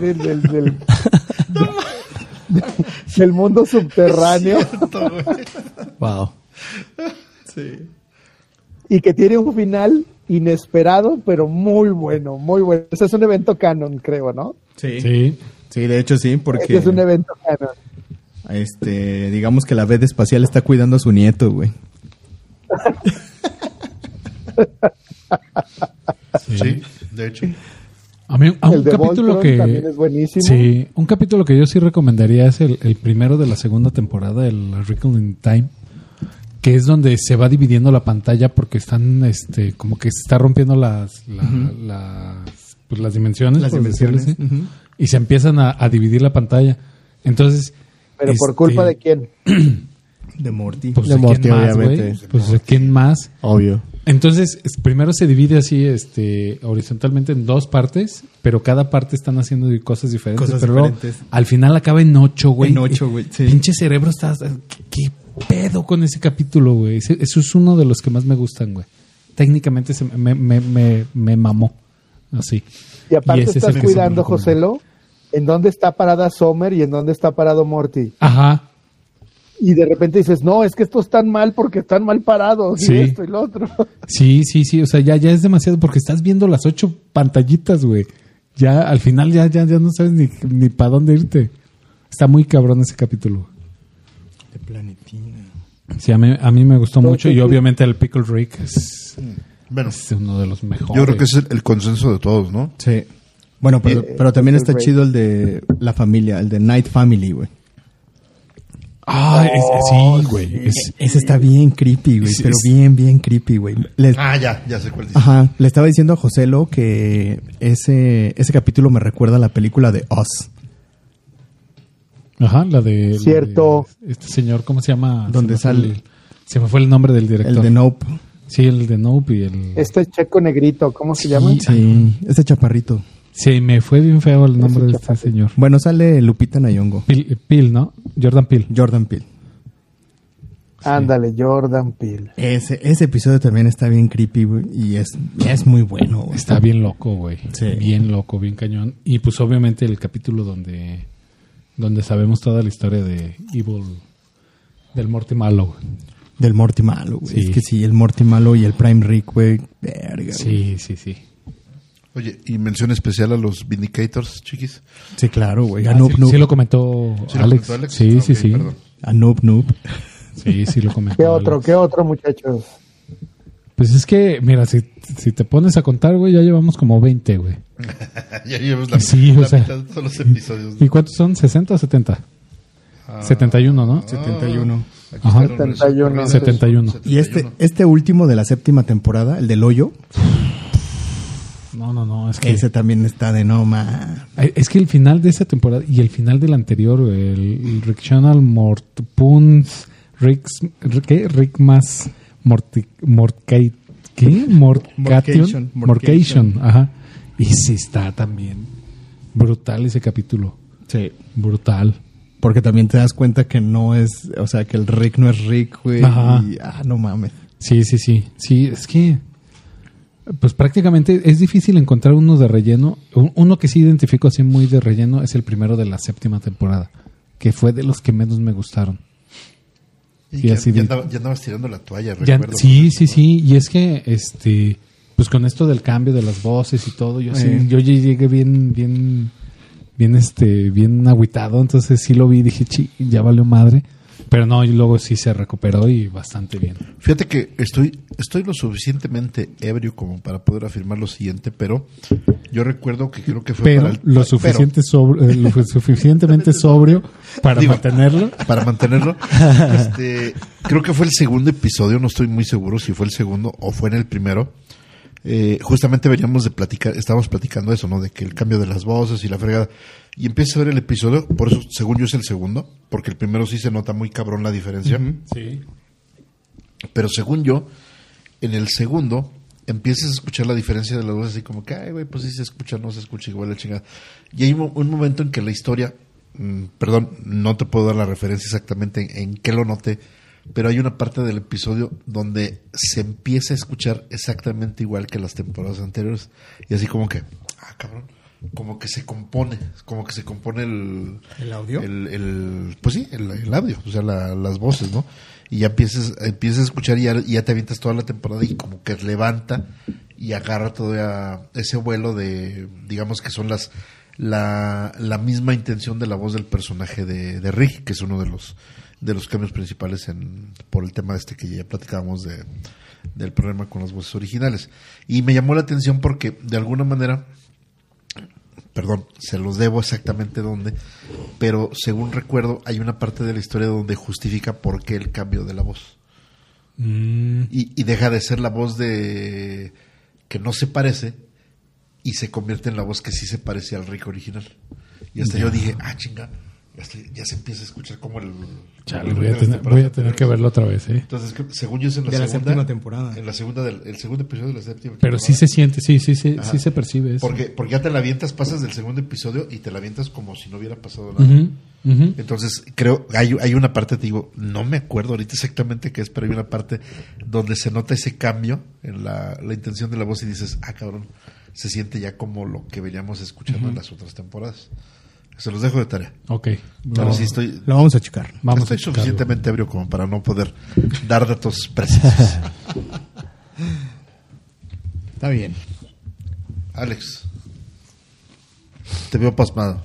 del mundo subterráneo. Wow. Sí. Y que tiene un final inesperado, pero muy bueno, muy bueno. Ese es un evento canon, creo, ¿no? Sí, de hecho sí, porque es un evento canon. Digamos que la Bed espacial está cuidando a su nieto, güey. Sí, de hecho. A mí, a un El de capítulo Voltron también es buenísimo. Sí, un capítulo que yo sí recomendaría es el primero de la segunda temporada, el Wrinkle in Time, que es donde se va dividiendo la pantalla porque están, como que se está rompiendo las dimensiones, Las por dimensiones, decirlo así, ujú. y se empiezan a dividir la pantalla. Entonces, Pero por culpa de quién. De Morty. pues, De ¿de Morty, quién más, obviamente. güey? Pues ¿de quién más? Obvio. Entonces, primero se divide así, horizontalmente en dos partes, pero cada parte están haciendo cosas diferentes. Cosas pero luego, diferentes. al final acaba en 8, güey. En 8, güey, sí. Pinche cerebro está... ¿Qué pedo con ese capítulo, güey? Eso es uno de los que más me gustan, güey. Técnicamente me mamó. Así. Y aparte ese es estás el que cuidando, siempre recomiendo. Joselo, en dónde está parada Summer y en dónde está parado Morty. Ajá. Y de repente dices, no, es que estos están mal porque están mal parados. Sí. Y esto y lo otro. Sí. O sea, ya es demasiado porque estás viendo las 8 pantallitas, güey. Ya al final ya no sabes ni para dónde irte. Está muy cabrón ese capítulo. De Planetina. Sí, a mí me gustó mucho y sí. obviamente el Pickle Rick es Bueno, uno de los mejores. yo creo que es el consenso de todos, ¿no? Sí. Bueno, pero también está Rey. chido el de la familia, el de Night Family, güey. Ah, sí, güey. Ese está bien creepy, güey, es- pero es- bien creepy, güey. Ya sé cuál dice. Ajá, le estaba diciendo a Joselo que ese capítulo me recuerda a la película de Us, Ajá, la de... Cierto. la de este señor, ¿cómo se llama? Donde sale... Se me fue el nombre del director. el de Nope. Sí, el de Nope y el... Este checo negrito, ¿cómo se llama? Sí, ese chaparrito. Sí, me fue bien feo el nombre de este señor. Bueno, sale Lupita Nyong'o, Peele, ¿no? Jordan Peele. Jordan Peele. Ándale, Jordan Peele. Ese episodio también está bien creepy, güey, y es muy bueno, güey. Está bien loco, güey. Sí. Bien loco, bien cañón. Y pues obviamente el capítulo donde sabemos toda la historia de Evil, del Morty malo, güey. Del Morty malo, güey. Sí. Es que sí, el Morty malo y el Prime Rick, güey. Verga, güey. Sí. Oye, y mención especial a los Vindicators, chiquis. Sí, claro, güey. A Ah, Noob sí, Noob. sí lo comentó ¿Sí lo Alex. comentó Alex? Sí, Ah, sí, ok, sí. perdón. A Noob Noob. Sí lo comentó. ¿Qué otro? Alex. ¿Qué otro, muchachos? Pues es que, mira, si te pones a contar, güey, ya llevamos como 20, güey. Ya llevamos la, Sí, o la sea. mitad de todos los episodios. ¿Y cuántos son? ¿60 o 70? 71, ¿no? 71. Aquí Ajá. está el 71. 71. Y este último de la séptima temporada, el del hoyo, No, es que... ese también está de no ma. Es que el final de esa temporada y el final del anterior, güey, el Rictional Mortpuns, Rick más Morcation, ajá. Y sí está también brutal ese capítulo, Sí. brutal. Porque también te das cuenta que no es, o sea, que el Rick no es Rick, güey. Ajá. Y, no mames. Sí, es que pues prácticamente es difícil encontrar uno de relleno. Uno que sí identifico así muy de relleno es el primero de la séptima temporada, que fue de los que menos me gustaron. Y así ya, de- ya andabas tirando la toalla, Ya- recuerdo. sí, y es que pues con esto del cambio de las voces y todo, yo llegué bien agüitado, entonces sí lo vi y dije, ya valió madre. Pero no, y luego sí se recuperó y bastante bien. Fíjate que estoy lo suficientemente ebrio como para poder afirmar lo siguiente, pero yo recuerdo que creo que fue Pero para el... lo suficientemente sobrio para Digo, mantenerlo. Para mantenerlo. Creo que fue el segundo episodio, no estoy muy seguro si fue el segundo o fue en el primero. Justamente veníamos de platicar, estábamos platicando eso, ¿no? De que el cambio de las voces y la fregada. Y empieza a ver el episodio, por eso, según yo, es el segundo, porque el primero sí se nota muy cabrón la diferencia. Sí. Pero según yo, en el segundo empiezas a escuchar la diferencia de las voces, así como que, ay, güey, pues sí se escucha, no se escucha igual la chingada. Y hay un momento en que la historia, perdón, no te puedo dar la referencia exactamente en qué lo noté, pero hay una parte del episodio donde se empieza a escuchar exactamente igual que las temporadas anteriores. Y así como que, cabrón, como que se compone el audio. Pues sí, el audio, o sea, las voces, ¿no? Y ya empiezas a escuchar y ya te avientas toda la temporada y como que levanta y agarra todavía ese vuelo de, digamos que son las la misma intención de la voz del personaje de Rick, que es uno de los cambios principales por el tema que ya platicábamos del problema con las voces originales. Y me llamó la atención porque de alguna manera, perdón, se los debo exactamente dónde, pero según recuerdo hay una parte de la historia donde justifica por qué el cambio de la voz. Y deja de ser la voz de que no se parece y se convierte en la voz que sí se parece al Rick original. Y hasta yo dije, chinga, ya se empieza a escuchar como el... Chale, voy a tener que verlo otra vez, ¿eh? Entonces, según yo es en la séptima temporada. En la segunda el segundo episodio de la séptima temporada. Pero sí se siente, sí se percibe eso. Porque ya te la avientas, pasas del segundo episodio y te la avientas como si no hubiera pasado nada. Entonces, creo, hay una parte, te digo, no me acuerdo ahorita exactamente qué es, pero hay una parte donde se nota ese cambio en la intención de la voz y dices, cabrón, se siente ya como lo que veníamos escuchando en las otras temporadas. Se los dejo de tarea. Ok. Pero sí lo vamos a checar. Estoy suficientemente ebrio como para no poder dar datos precisos. Está bien. Alex, te veo pasmado.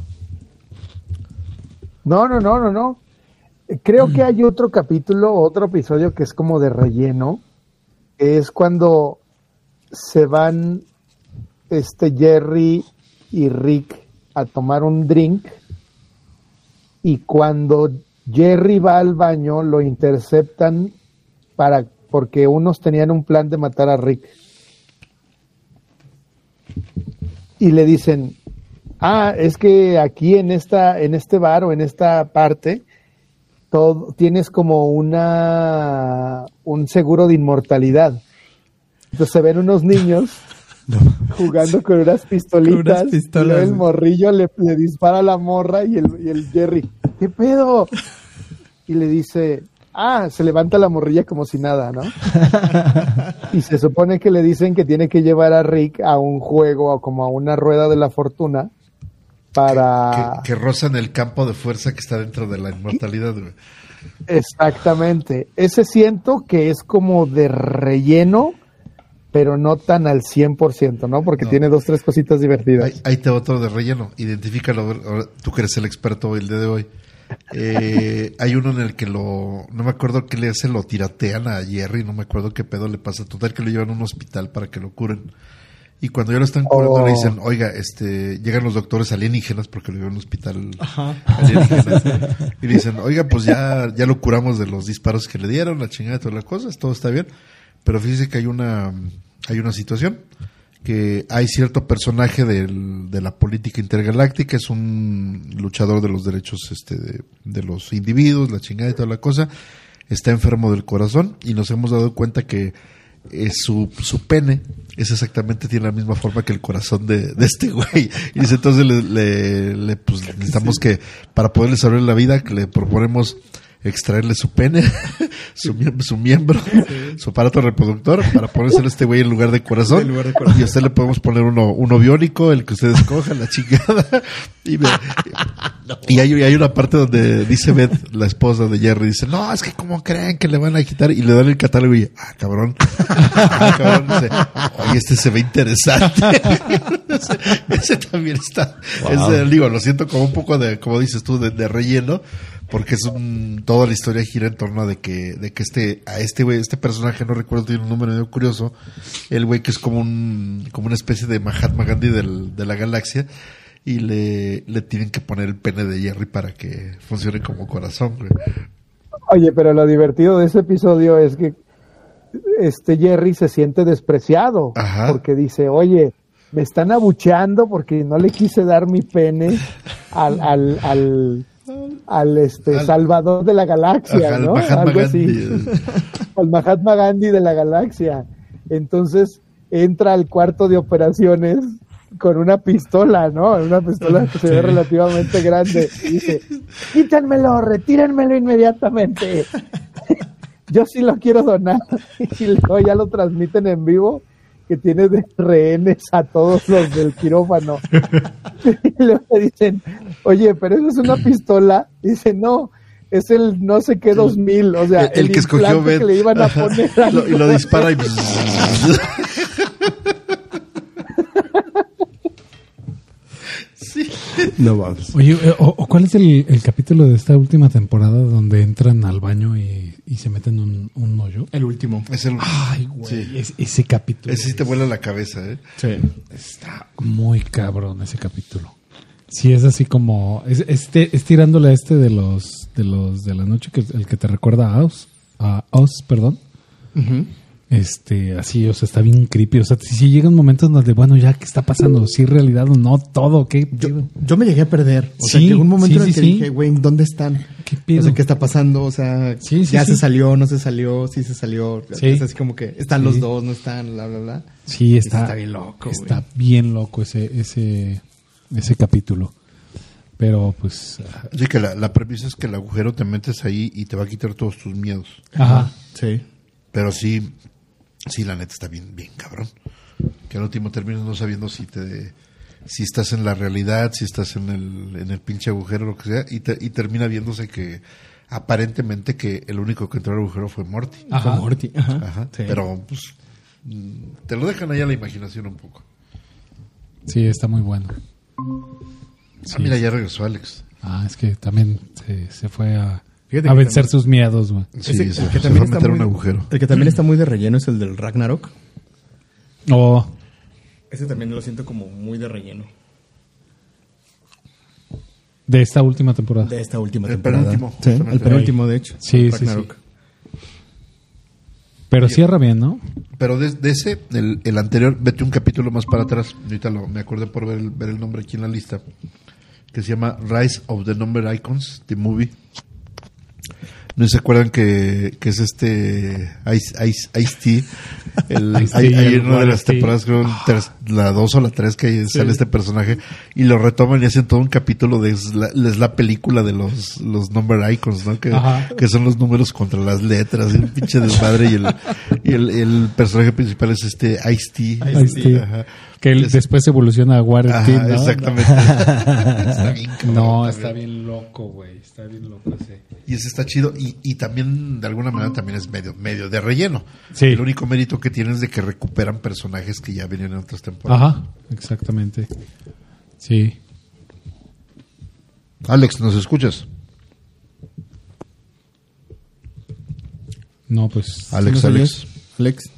No. Creo que hay otro episodio que es como de relleno, que es cuando se van Jerry y Rick a tomar un drink y cuando Jerry va al baño lo interceptan porque unos tenían un plan de matar a Rick y le dicen, es que aquí en este bar o en esta parte tienes como un seguro de inmortalidad. Entonces se ven unos niños jugando con unas pistolitas, y luego el morrillo le dispara a la morra y el Jerry, ¿qué pedo? Y le dice, se levanta la morrilla como si nada, ¿no? Y se supone que le dicen que tiene que llevar a Rick a un juego o como a una rueda de la fortuna para... Que rozan el campo de fuerza que está dentro de la inmortalidad, güey. Exactamente. Ese siento que es como de relleno, pero no tan al 100%, ¿no? Porque tiene 2-3 cositas divertidas. Ahí te otro de relleno. Identifícalo, ahora, tú que eres el experto el día de hoy. Hay uno en el que no me acuerdo qué le hace, lo tiratean a Jerry, no me acuerdo qué pedo le pasa. Total que lo llevan a un hospital para que lo curen. Y cuando ya lo están curando le dicen, oiga, llegan los doctores alienígenas porque lo llevan a un hospital alienígena. Y le dicen, oiga, pues ya lo curamos de los disparos que le dieron, la chingada de todas las cosas, todo está bien. Pero fíjese que hay una situación, que hay cierto personaje de la política intergaláctica, es un luchador de los derechos de los individuos, la chingada y toda la cosa, está enfermo del corazón y nos hemos dado cuenta que su pene es exactamente, tiene la misma forma que el corazón de este güey. Y dice, entonces pues necesitamos que, para poderle salvar la vida, que le proponemos extraerle su pene, su miembro, su aparato reproductor, para ponérselo a este güey en lugar de corazón. Y a usted le podemos poner uno biónico, el que usted escoja, la chingada. Y hay una parte donde dice Beth, la esposa de Jerry, dice, no, es que como creen que le van a quitar, y le dan el catálogo y cabrón. Dice, oye, se ve interesante. ese también está. Wow. Lo siento como un poco de, como dices tú, de relleno, porque es toda la historia gira en torno de que este güey, este personaje, no recuerdo, tiene un número medio curioso, el güey que es como una especie de Mahatma Gandhi de la galaxia, y le tienen que poner el pene de Jerry para que funcione como corazón, güey. Oye, pero lo divertido de ese episodio es que Jerry se siente despreciado. Ajá. Porque dice, oye, me están abucheando porque no le quise dar mi pene al Salvador de la Galaxia, ¿no? Algo así. Al Mahatma Gandhi de la Galaxia. Entonces entra al cuarto de operaciones con una pistola, ¿no? Una pistola que se ve relativamente grande. Y dice, quítenmelo, retírenmelo inmediatamente. Yo sí lo quiero donar. Y luego ya lo transmiten en vivo, que tiene de rehenes a todos los del quirófano. Y luego le dicen, oye, pero eso es una pistola. Y dice, no, es el no sé qué 2000, o sea, el que escogió Ben, que le iban a poner y lo dispara y... Sí. No vamos. Oye, ¿cuál es el capítulo de esta última temporada donde entran al baño y se meten un hoyo? El último. Es el... Ay, güey. Sí. Ese capítulo. Ese sí te vuela la cabeza, ¿eh? Sí. Está muy cabrón ese capítulo. Sí, es así como... Es tirándole a este de la noche, que el que te recuerda a Oz, perdón. Ujú. Así, o sea, está bien creepy. O sea, si llegan momentos donde, bueno, ya, ¿qué está pasando? ¿Sí realidad o no? Todo, ¿qué pedo? Yo me llegué a perder. O sea, Sí, llegó un momento sí, en el sí, que sí. dije, güey, ¿dónde están? ¿Qué pedo? O sea, ¿qué está pasando? O sea, Sí, sí, ya sí. se salió, no se salió, sí se salió. Sí. Es así como que están Sí. los dos, no están, bla, bla, bla. Sí, está bien loco, Está bien loco ese capítulo. Pero, pues... Así que la premisa es que el agujero te metes ahí y te va a quitar todos tus miedos. Ajá. Sí. Pero sí, la neta está bien, bien cabrón. Que al último terminas no sabiendo si estás en la realidad, si estás en el pinche agujero, lo que sea, y termina viéndose que aparentemente que el único que entró al agujero fue Morty. Ajá. Fue Morty. Ajá. Ajá. Sí. Pero pues te lo dejan ahí a la imaginación un poco. Sí, está muy bueno. Sí. Mira, ya regresó Alex. Es que también se fue a Fíjate a que vencer también- sus miedos, güey. Sí, Ese- se el que fue también a está meter muy- un agujero. El que también está muy de relleno es el del Ragnarok. Oh, Ese también lo siento como muy de relleno. de esta última temporada. De esta última El temporada. penúltimo, Sí, justamente. el penúltimo, de hecho. Sí, el sí, Ragnarok. Pero cierra bien, ¿no? Pero de ese, el anterior, vete un capítulo más para atrás. Ahorita me acordé por ver el nombre aquí en la lista. Que se llama Rise of the Number Icons, The Movie. ¿No se acuerdan que es Ice-T? Ice-T, Hay el una de las Ice-T. temporadas, creo, la 2 o la 3, que sale este personaje y lo retoman y hacen todo un capítulo de la película de los Number Icons, ¿no? Ajá. Que son los números contra las letras, un pinche desmadre, y el personaje principal es Ice-T. Ice-T. Ajá. Que él después evoluciona a Warren Ajá, Teen, ¿no? exactamente. Está bien cabrón No, también. está bien loco, güey. Está bien loco ese. Y ese está chido. Y también, de alguna manera, también es medio de relleno. Sí. El único mérito que tiene es de que recuperan personajes que ya venían en otras temporadas. Ajá, exactamente. Sí. Alex, ¿nos escuchas? No, pues... Alex, ¿Sí nos Alex. oyes?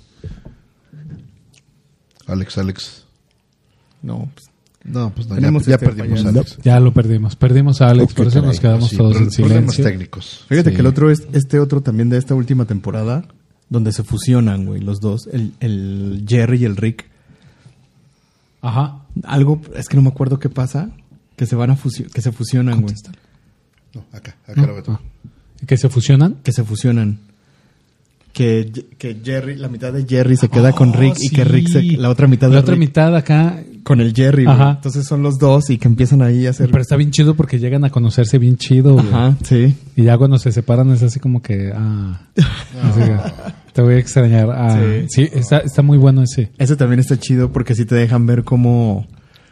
Alex. No, pues, No, pues no, Tenemos ya este perdimos a fallando. Alex. Ya lo perdimos. Perdimos a Alex, por eso nos quedamos Sí, todos en problemas silencio. técnicos. fíjate Sí. que el otro es este otro también de esta última temporada, donde se fusionan, güey, los dos, el Jerry y el Rick. Ajá. Algo, es que no me acuerdo qué pasa, que se van a que se fusionan, güey. No, acá lo veo. ¿Que se fusionan? Que se fusionan. Que Jerry, la mitad de Jerry se queda con Rick y que Rick la otra mitad de La otra Rick mitad acá... con el Jerry, güey. Ajá. Entonces son los dos y que empiezan ahí a hacer. Pero está bien chido porque llegan a conocerse bien chido, güey. Ajá, sí. Y ya cuando se separan es así como que... así que, te voy a extrañar. Sí, está muy bueno ese. Eso también está chido porque sí te dejan ver cómo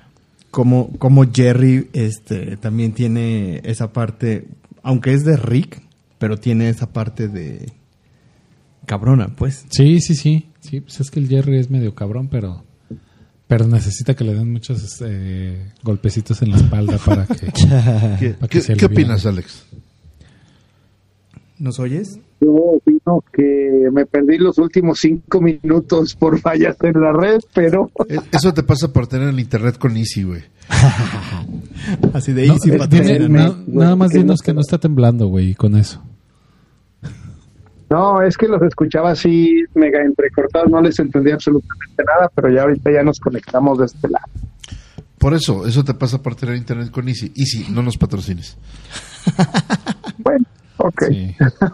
Jerry también tiene esa parte, aunque es de Rick, pero tiene esa parte de cabrona, pues. Sí, pues es que el Jerry es medio cabrón, pero necesita que le den muchos golpecitos en la espalda para que... se ¿Qué aliviane. opinas, Alex? ¿Nos oyes? Yo opino que me perdí los últimos 5 minutos por fallas en la red, pero Eso te pasa por tener el internet con Easy, güey. Así de No, easy, nada más dinos que no está temblando, güey, y con eso. no, es que los escuchaba así mega entrecortados, no les entendía absolutamente nada, pero ya ahorita ya nos conectamos de este lado. Eso te pasa por tener internet con Easy. Easy, no nos patrocines. Bueno, ok. Sí.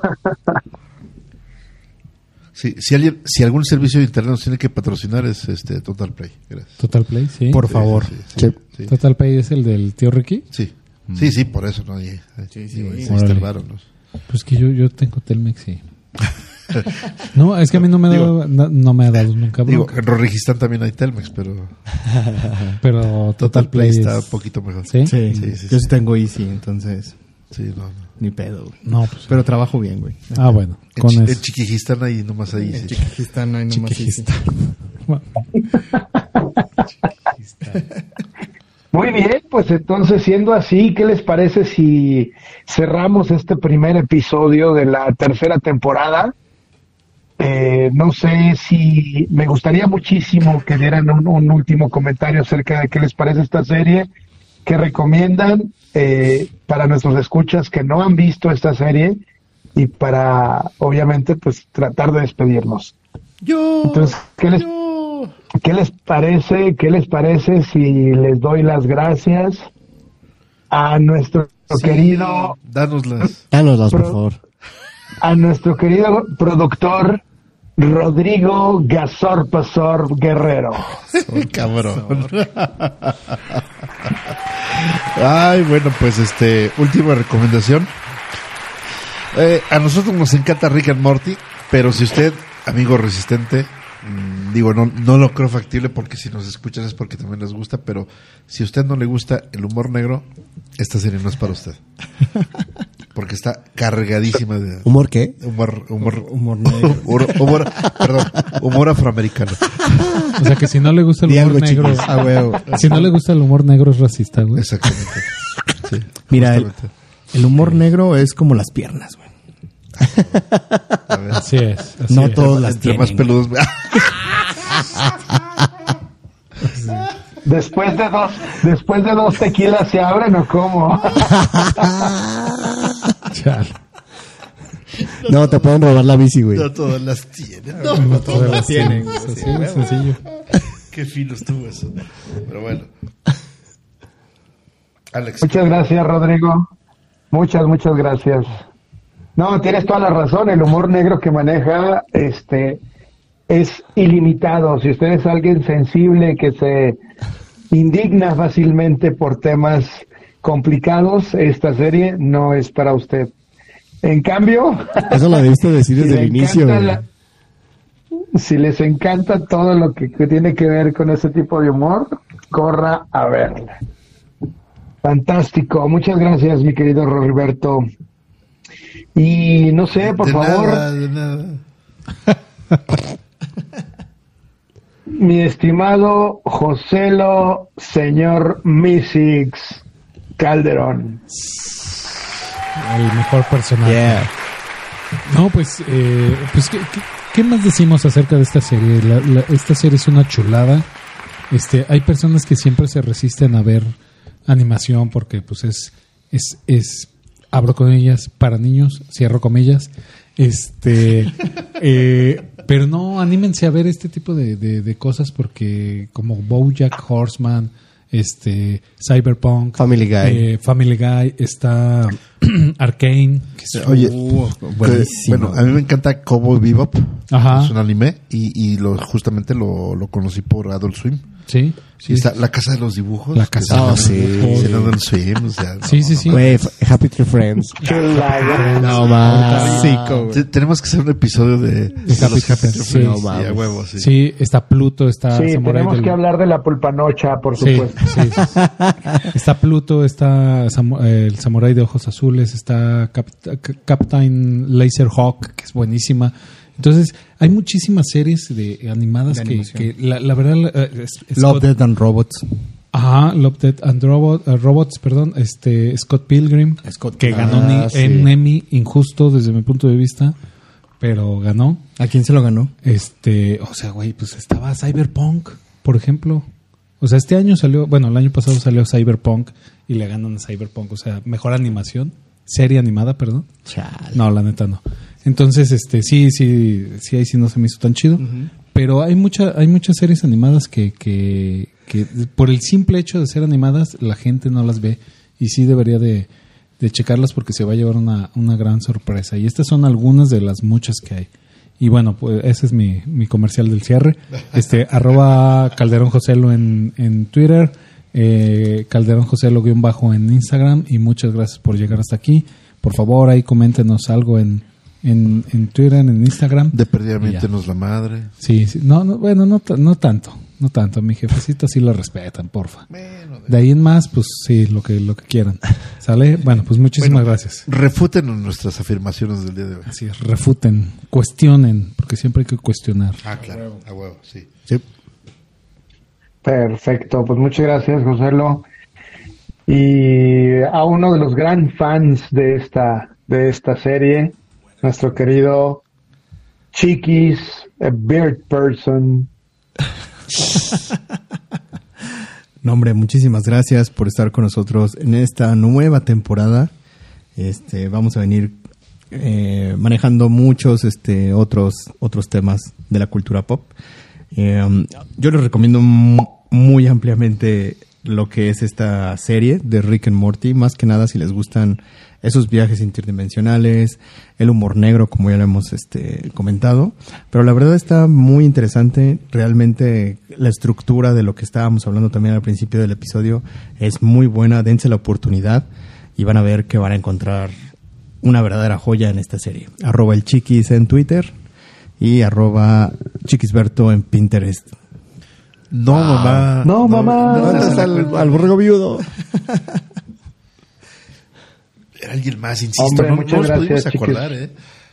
Sí, si algún servicio de internet nos tiene que patrocinar es Total Play. Gracias. Total Play, sí. Por favor. Sí. Total Play es el del tío Ricky. Sí, sí, por eso no. Sí. Órale. Estorbaron. Pues que yo tengo Telmex, sí. No, es que a mí no me ha dado nunca Digo, bronca. en Rorigistán también hay Telmex, pero Pero Total Play está es- un poquito mejor. ¿Sí? Sí, Sí. yo sí tengo easy, entonces Sí, no. ni pedo, güey. No, pues... Pero trabajo bien, güey. bueno, con En eso. Chiquijistán ahí nomás ahí. En Sí. Chiquijistán no hay nomás easy. Chiquijistán. Muy bien, pues entonces, siendo así, ¿qué les parece si cerramos este primer episodio de la tercera temporada? No sé si me gustaría muchísimo que dieran un último comentario acerca de qué les parece esta serie, qué recomiendan para nuestros escuchas que no han visto esta serie y para, obviamente, pues tratar de despedirnos. Entonces, ¿qué les parece? ¿Qué les parece si les doy las gracias a nuestro querido... Dánoslas. Dánoslas, por favor. A nuestro querido productor Rodrigo Gazor Guerrero. Cabrón. Ay, bueno, pues última recomendación. A nosotros nos encanta Rick and Morty, pero si usted, amigo resistente, digo, no lo creo factible porque si nos escuchas es porque también les gusta, pero si a usted no le gusta el humor negro, esta serie no es para usted. Porque está cargadísima de... ¿Humor qué? Humor negro. Humor afroamericano. O sea que si no le gusta el Di humor algo, negro, chiquis. si no le gusta el humor negro es racista, güey. Exactamente. Sí, Mira, justamente. el humor negro es como las piernas, güey. A ver. Así es. Así No es. todos las Entre tienen. más peludos... Después de dos tequilas se abren o cómo. Chale. No, te pueden robar la bici, güey. No todas las tienen. No todas las tienen. Así de sencillo. Qué fino estuvo eso. Pero bueno. Alex. Muchas gracias, Rodrigo. Muchas gracias. No, tienes toda la razón. El humor negro que maneja es ilimitado. Si usted es alguien sensible que se indigna fácilmente por temas complicados, esta serie no es para usted. En cambio, Eso lo debiste decir si desde el le inicio, encanta güey. si les encanta todo lo que tiene que ver con ese tipo de humor, corra a verla. Fantástico. Muchas gracias, mi querido Roberto. Y no sé, por favor, De nada. mi estimado Joselo, señor Misix Calderón. El mejor personaje. Yeah. No, pues ¿qué más decimos acerca de esta serie? Esta serie es una chulada. Hay personas que siempre se resisten a ver animación porque pues es abro comillas para niños, cierro comillas. Pero no, anímense a ver este tipo de cosas porque como BoJack Horseman, Cyberpunk, Family Guy. está Arcane. Oye, buenísimo. bueno, a mí me encanta Cowboy Bebop. Ajá. Es un anime y justamente lo conocí por Adult Swim. Sí. Sí, está La Casa de los Dibujos. La Casa de los Dibujos. Sí, en Adult Swim. O sea, Sí. Güey, Happy Tree Friends. No más. Tenemos que hacer un episodio de Happy Tree Sí, Friends. No a mames. huevo, sí. Sí, está Pluto, está Sí, Samurai tenemos del- que hablar de la pulpanocha, por Sí, supuesto. sí. Está Pluto, está el Samurai de Ojos Azules, está Captain Laserhawk, que es buenísima. Entonces, hay muchísimas series animadas De que animación. la verdad... Love, Death and Robots. Ajá, Love, Death and Robots, perdón. Scott Pilgrim, que ganó sí. un Emmy injusto desde mi punto de vista, pero ganó. ¿A quién se lo ganó? O sea, güey, pues estaba Cyberpunk, por ejemplo. O sea, este año salió, bueno, el año pasado salió Cyberpunk y le ganan a Cyberpunk. O sea, mejor animación, serie animada, perdón. Chale. No, la neta no. Entonces, sí, ahí sí no se me hizo tan chido. Pero hay muchas series animadas que por el simple hecho de ser animadas, la gente no las ve. Y sí debería de checarlas porque se va a llevar una gran sorpresa. Y estas son algunas de las muchas que hay. Y bueno, pues ese es mi comercial del cierre. @ Calderón Joselo en Twitter, Calderón Joselo _ en Instagram. Y muchas gracias por llegar hasta aquí. Por favor, ahí coméntenos algo en Twitter, en Instagram. De perdida Ya. miéntenos la madre. Sí. Bueno, no tanto. No tanto. Mi jefecita sí lo respetan, porfa. De ahí en más, pues sí, lo que quieran. ¿Sale? Bueno, pues muchísimas gracias. Refútenos nuestras afirmaciones del día de hoy. Así es, refuten, cuestionen, porque siempre hay que cuestionar. Ah, claro. A huevo, sí. Sí. Perfecto, pues muchas gracias, Joselo. Y a uno de los gran fans de esta serie, nuestro querido Chiquis, a Beard Person. No, hombre, muchísimas gracias por estar con nosotros en esta nueva temporada. Vamos a venir manejando muchos otros temas de la cultura pop. Yo les recomiendo muy ampliamente lo que es esta serie de Rick and Morty, más que nada si les gustan esos viajes interdimensionales, el humor negro, como ya lo hemos comentado. Pero la verdad está muy interesante. Realmente la estructura de lo que estábamos hablando también al principio del episodio es muy buena. Dense la oportunidad y van a ver que van a encontrar una verdadera joya en esta serie. @elchiquis en Twitter y @chiquisberto en Pinterest. No, mamá. No, mamá. ¿Dónde está al borrego viudo? Era alguien más, insisto. Hombre, no muchas nos gracias, pudimos Chiquis. acordar,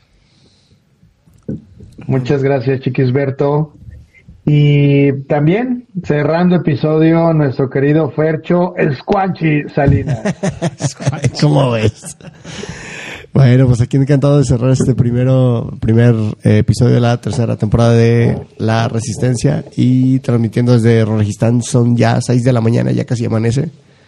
Muchas gracias, Chiquisberto. Y también, cerrando episodio, nuestro querido Fercho, el Squanchy Salinas. ¿Cómo ves? Bueno, pues aquí encantado de cerrar este primer episodio de la tercera temporada de La Resistencia y transmitiendo desde Rorejistán. Son ya 6 de la mañana, ya casi amanece.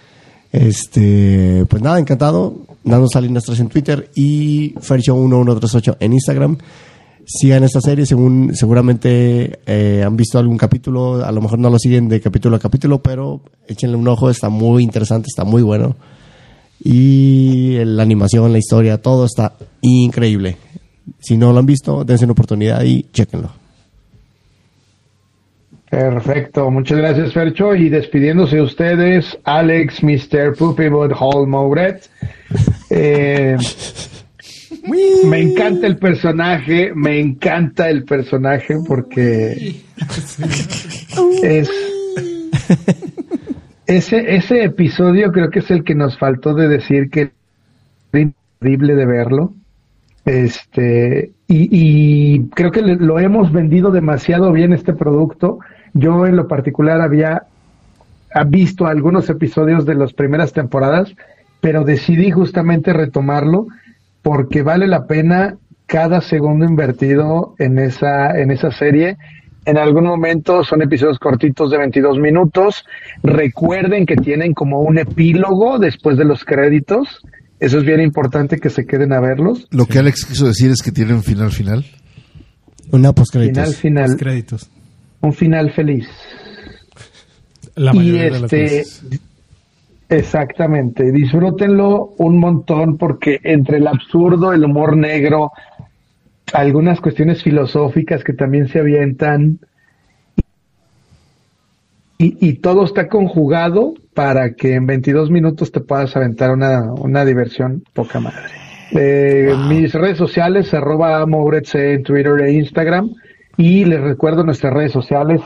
Pues nada, encantado. Nando Salinas 3 en Twitter y Fercho1138 en Instagram. Sigan esta serie, seguramente han visto algún capítulo, a lo mejor no lo siguen de capítulo a capítulo, pero échenle un ojo, está muy interesante, está muy bueno. Y la animación, la historia, todo está increíble. Si no lo han visto, dense una oportunidad y chéquenlo. Perfecto, muchas gracias, Fercho. Y despidiéndose de ustedes, Alex, Mr. Poopy Butthole Mouret. Me encanta el personaje porque es ese episodio creo que es el que nos faltó de decir que es increíble de verlo. Y creo que lo hemos vendido demasiado bien este producto. Yo en lo particular había visto algunos episodios de las primeras temporadas, pero decidí justamente retomarlo porque vale la pena cada segundo invertido en esa serie. En algún momento son episodios cortitos de 22 minutos. Recuerden que tienen como un epílogo después de los créditos. Eso es bien importante que se queden a verlos. Lo que Alex quiso decir es que tiene un final. Una postcréditos. Final. Créditos. Un final feliz. La mayoría de las veces. Exactamente, disfrútenlo un montón porque entre el absurdo, el humor negro, algunas cuestiones filosóficas que también se avientan y todo está conjugado para que en 22 minutos te puedas aventar una diversión poca madre. Mis redes sociales, @Mouretc en Twitter e Instagram, y les recuerdo nuestras redes sociales,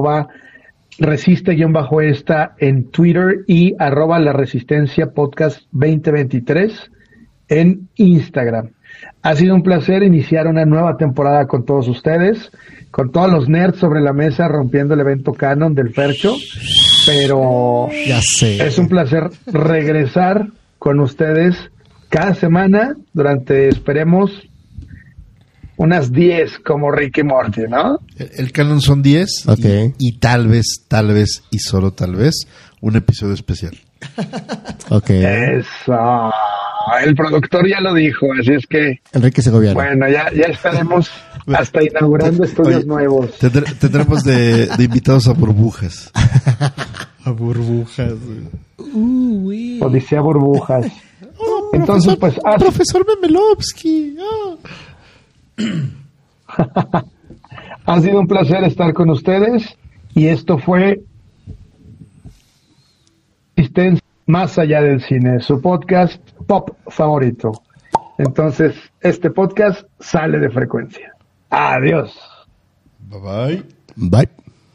@resiste_esta en Twitter y @La Resistencia Podcast 2023 en Instagram. Ha sido un placer iniciar una nueva temporada con todos ustedes, con todos los nerds sobre la mesa rompiendo el evento canon del Fercho, pero Ya sé. es un placer regresar con ustedes cada semana durante, esperemos, unas 10 como Rick y Morty, ¿no? El canon son 10 Ok. y tal vez y solo tal vez un episodio especial. Ok. Eso. El productor ya lo dijo, así es que, Enrique Segoviano. bueno, ya estaremos hasta inaugurando estudios Oye, nuevos. Tendremos de invitados a burbujas. A burbujas. Odisea Burbujas. Entonces, pues, Profesor Memelovsky. ha sido un placer estar con ustedes y esto fue Resistencia Más Allá del Cine, su podcast pop favorito. Entonces, este podcast sale de frecuencia. Adiós. Bye bye. Bye.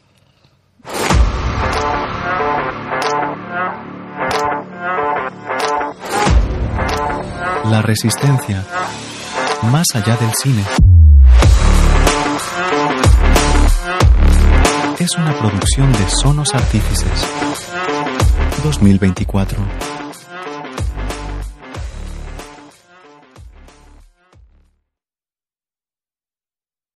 La Resistencia. Más allá del cine. Es una producción de Sonos Artífices. 2024.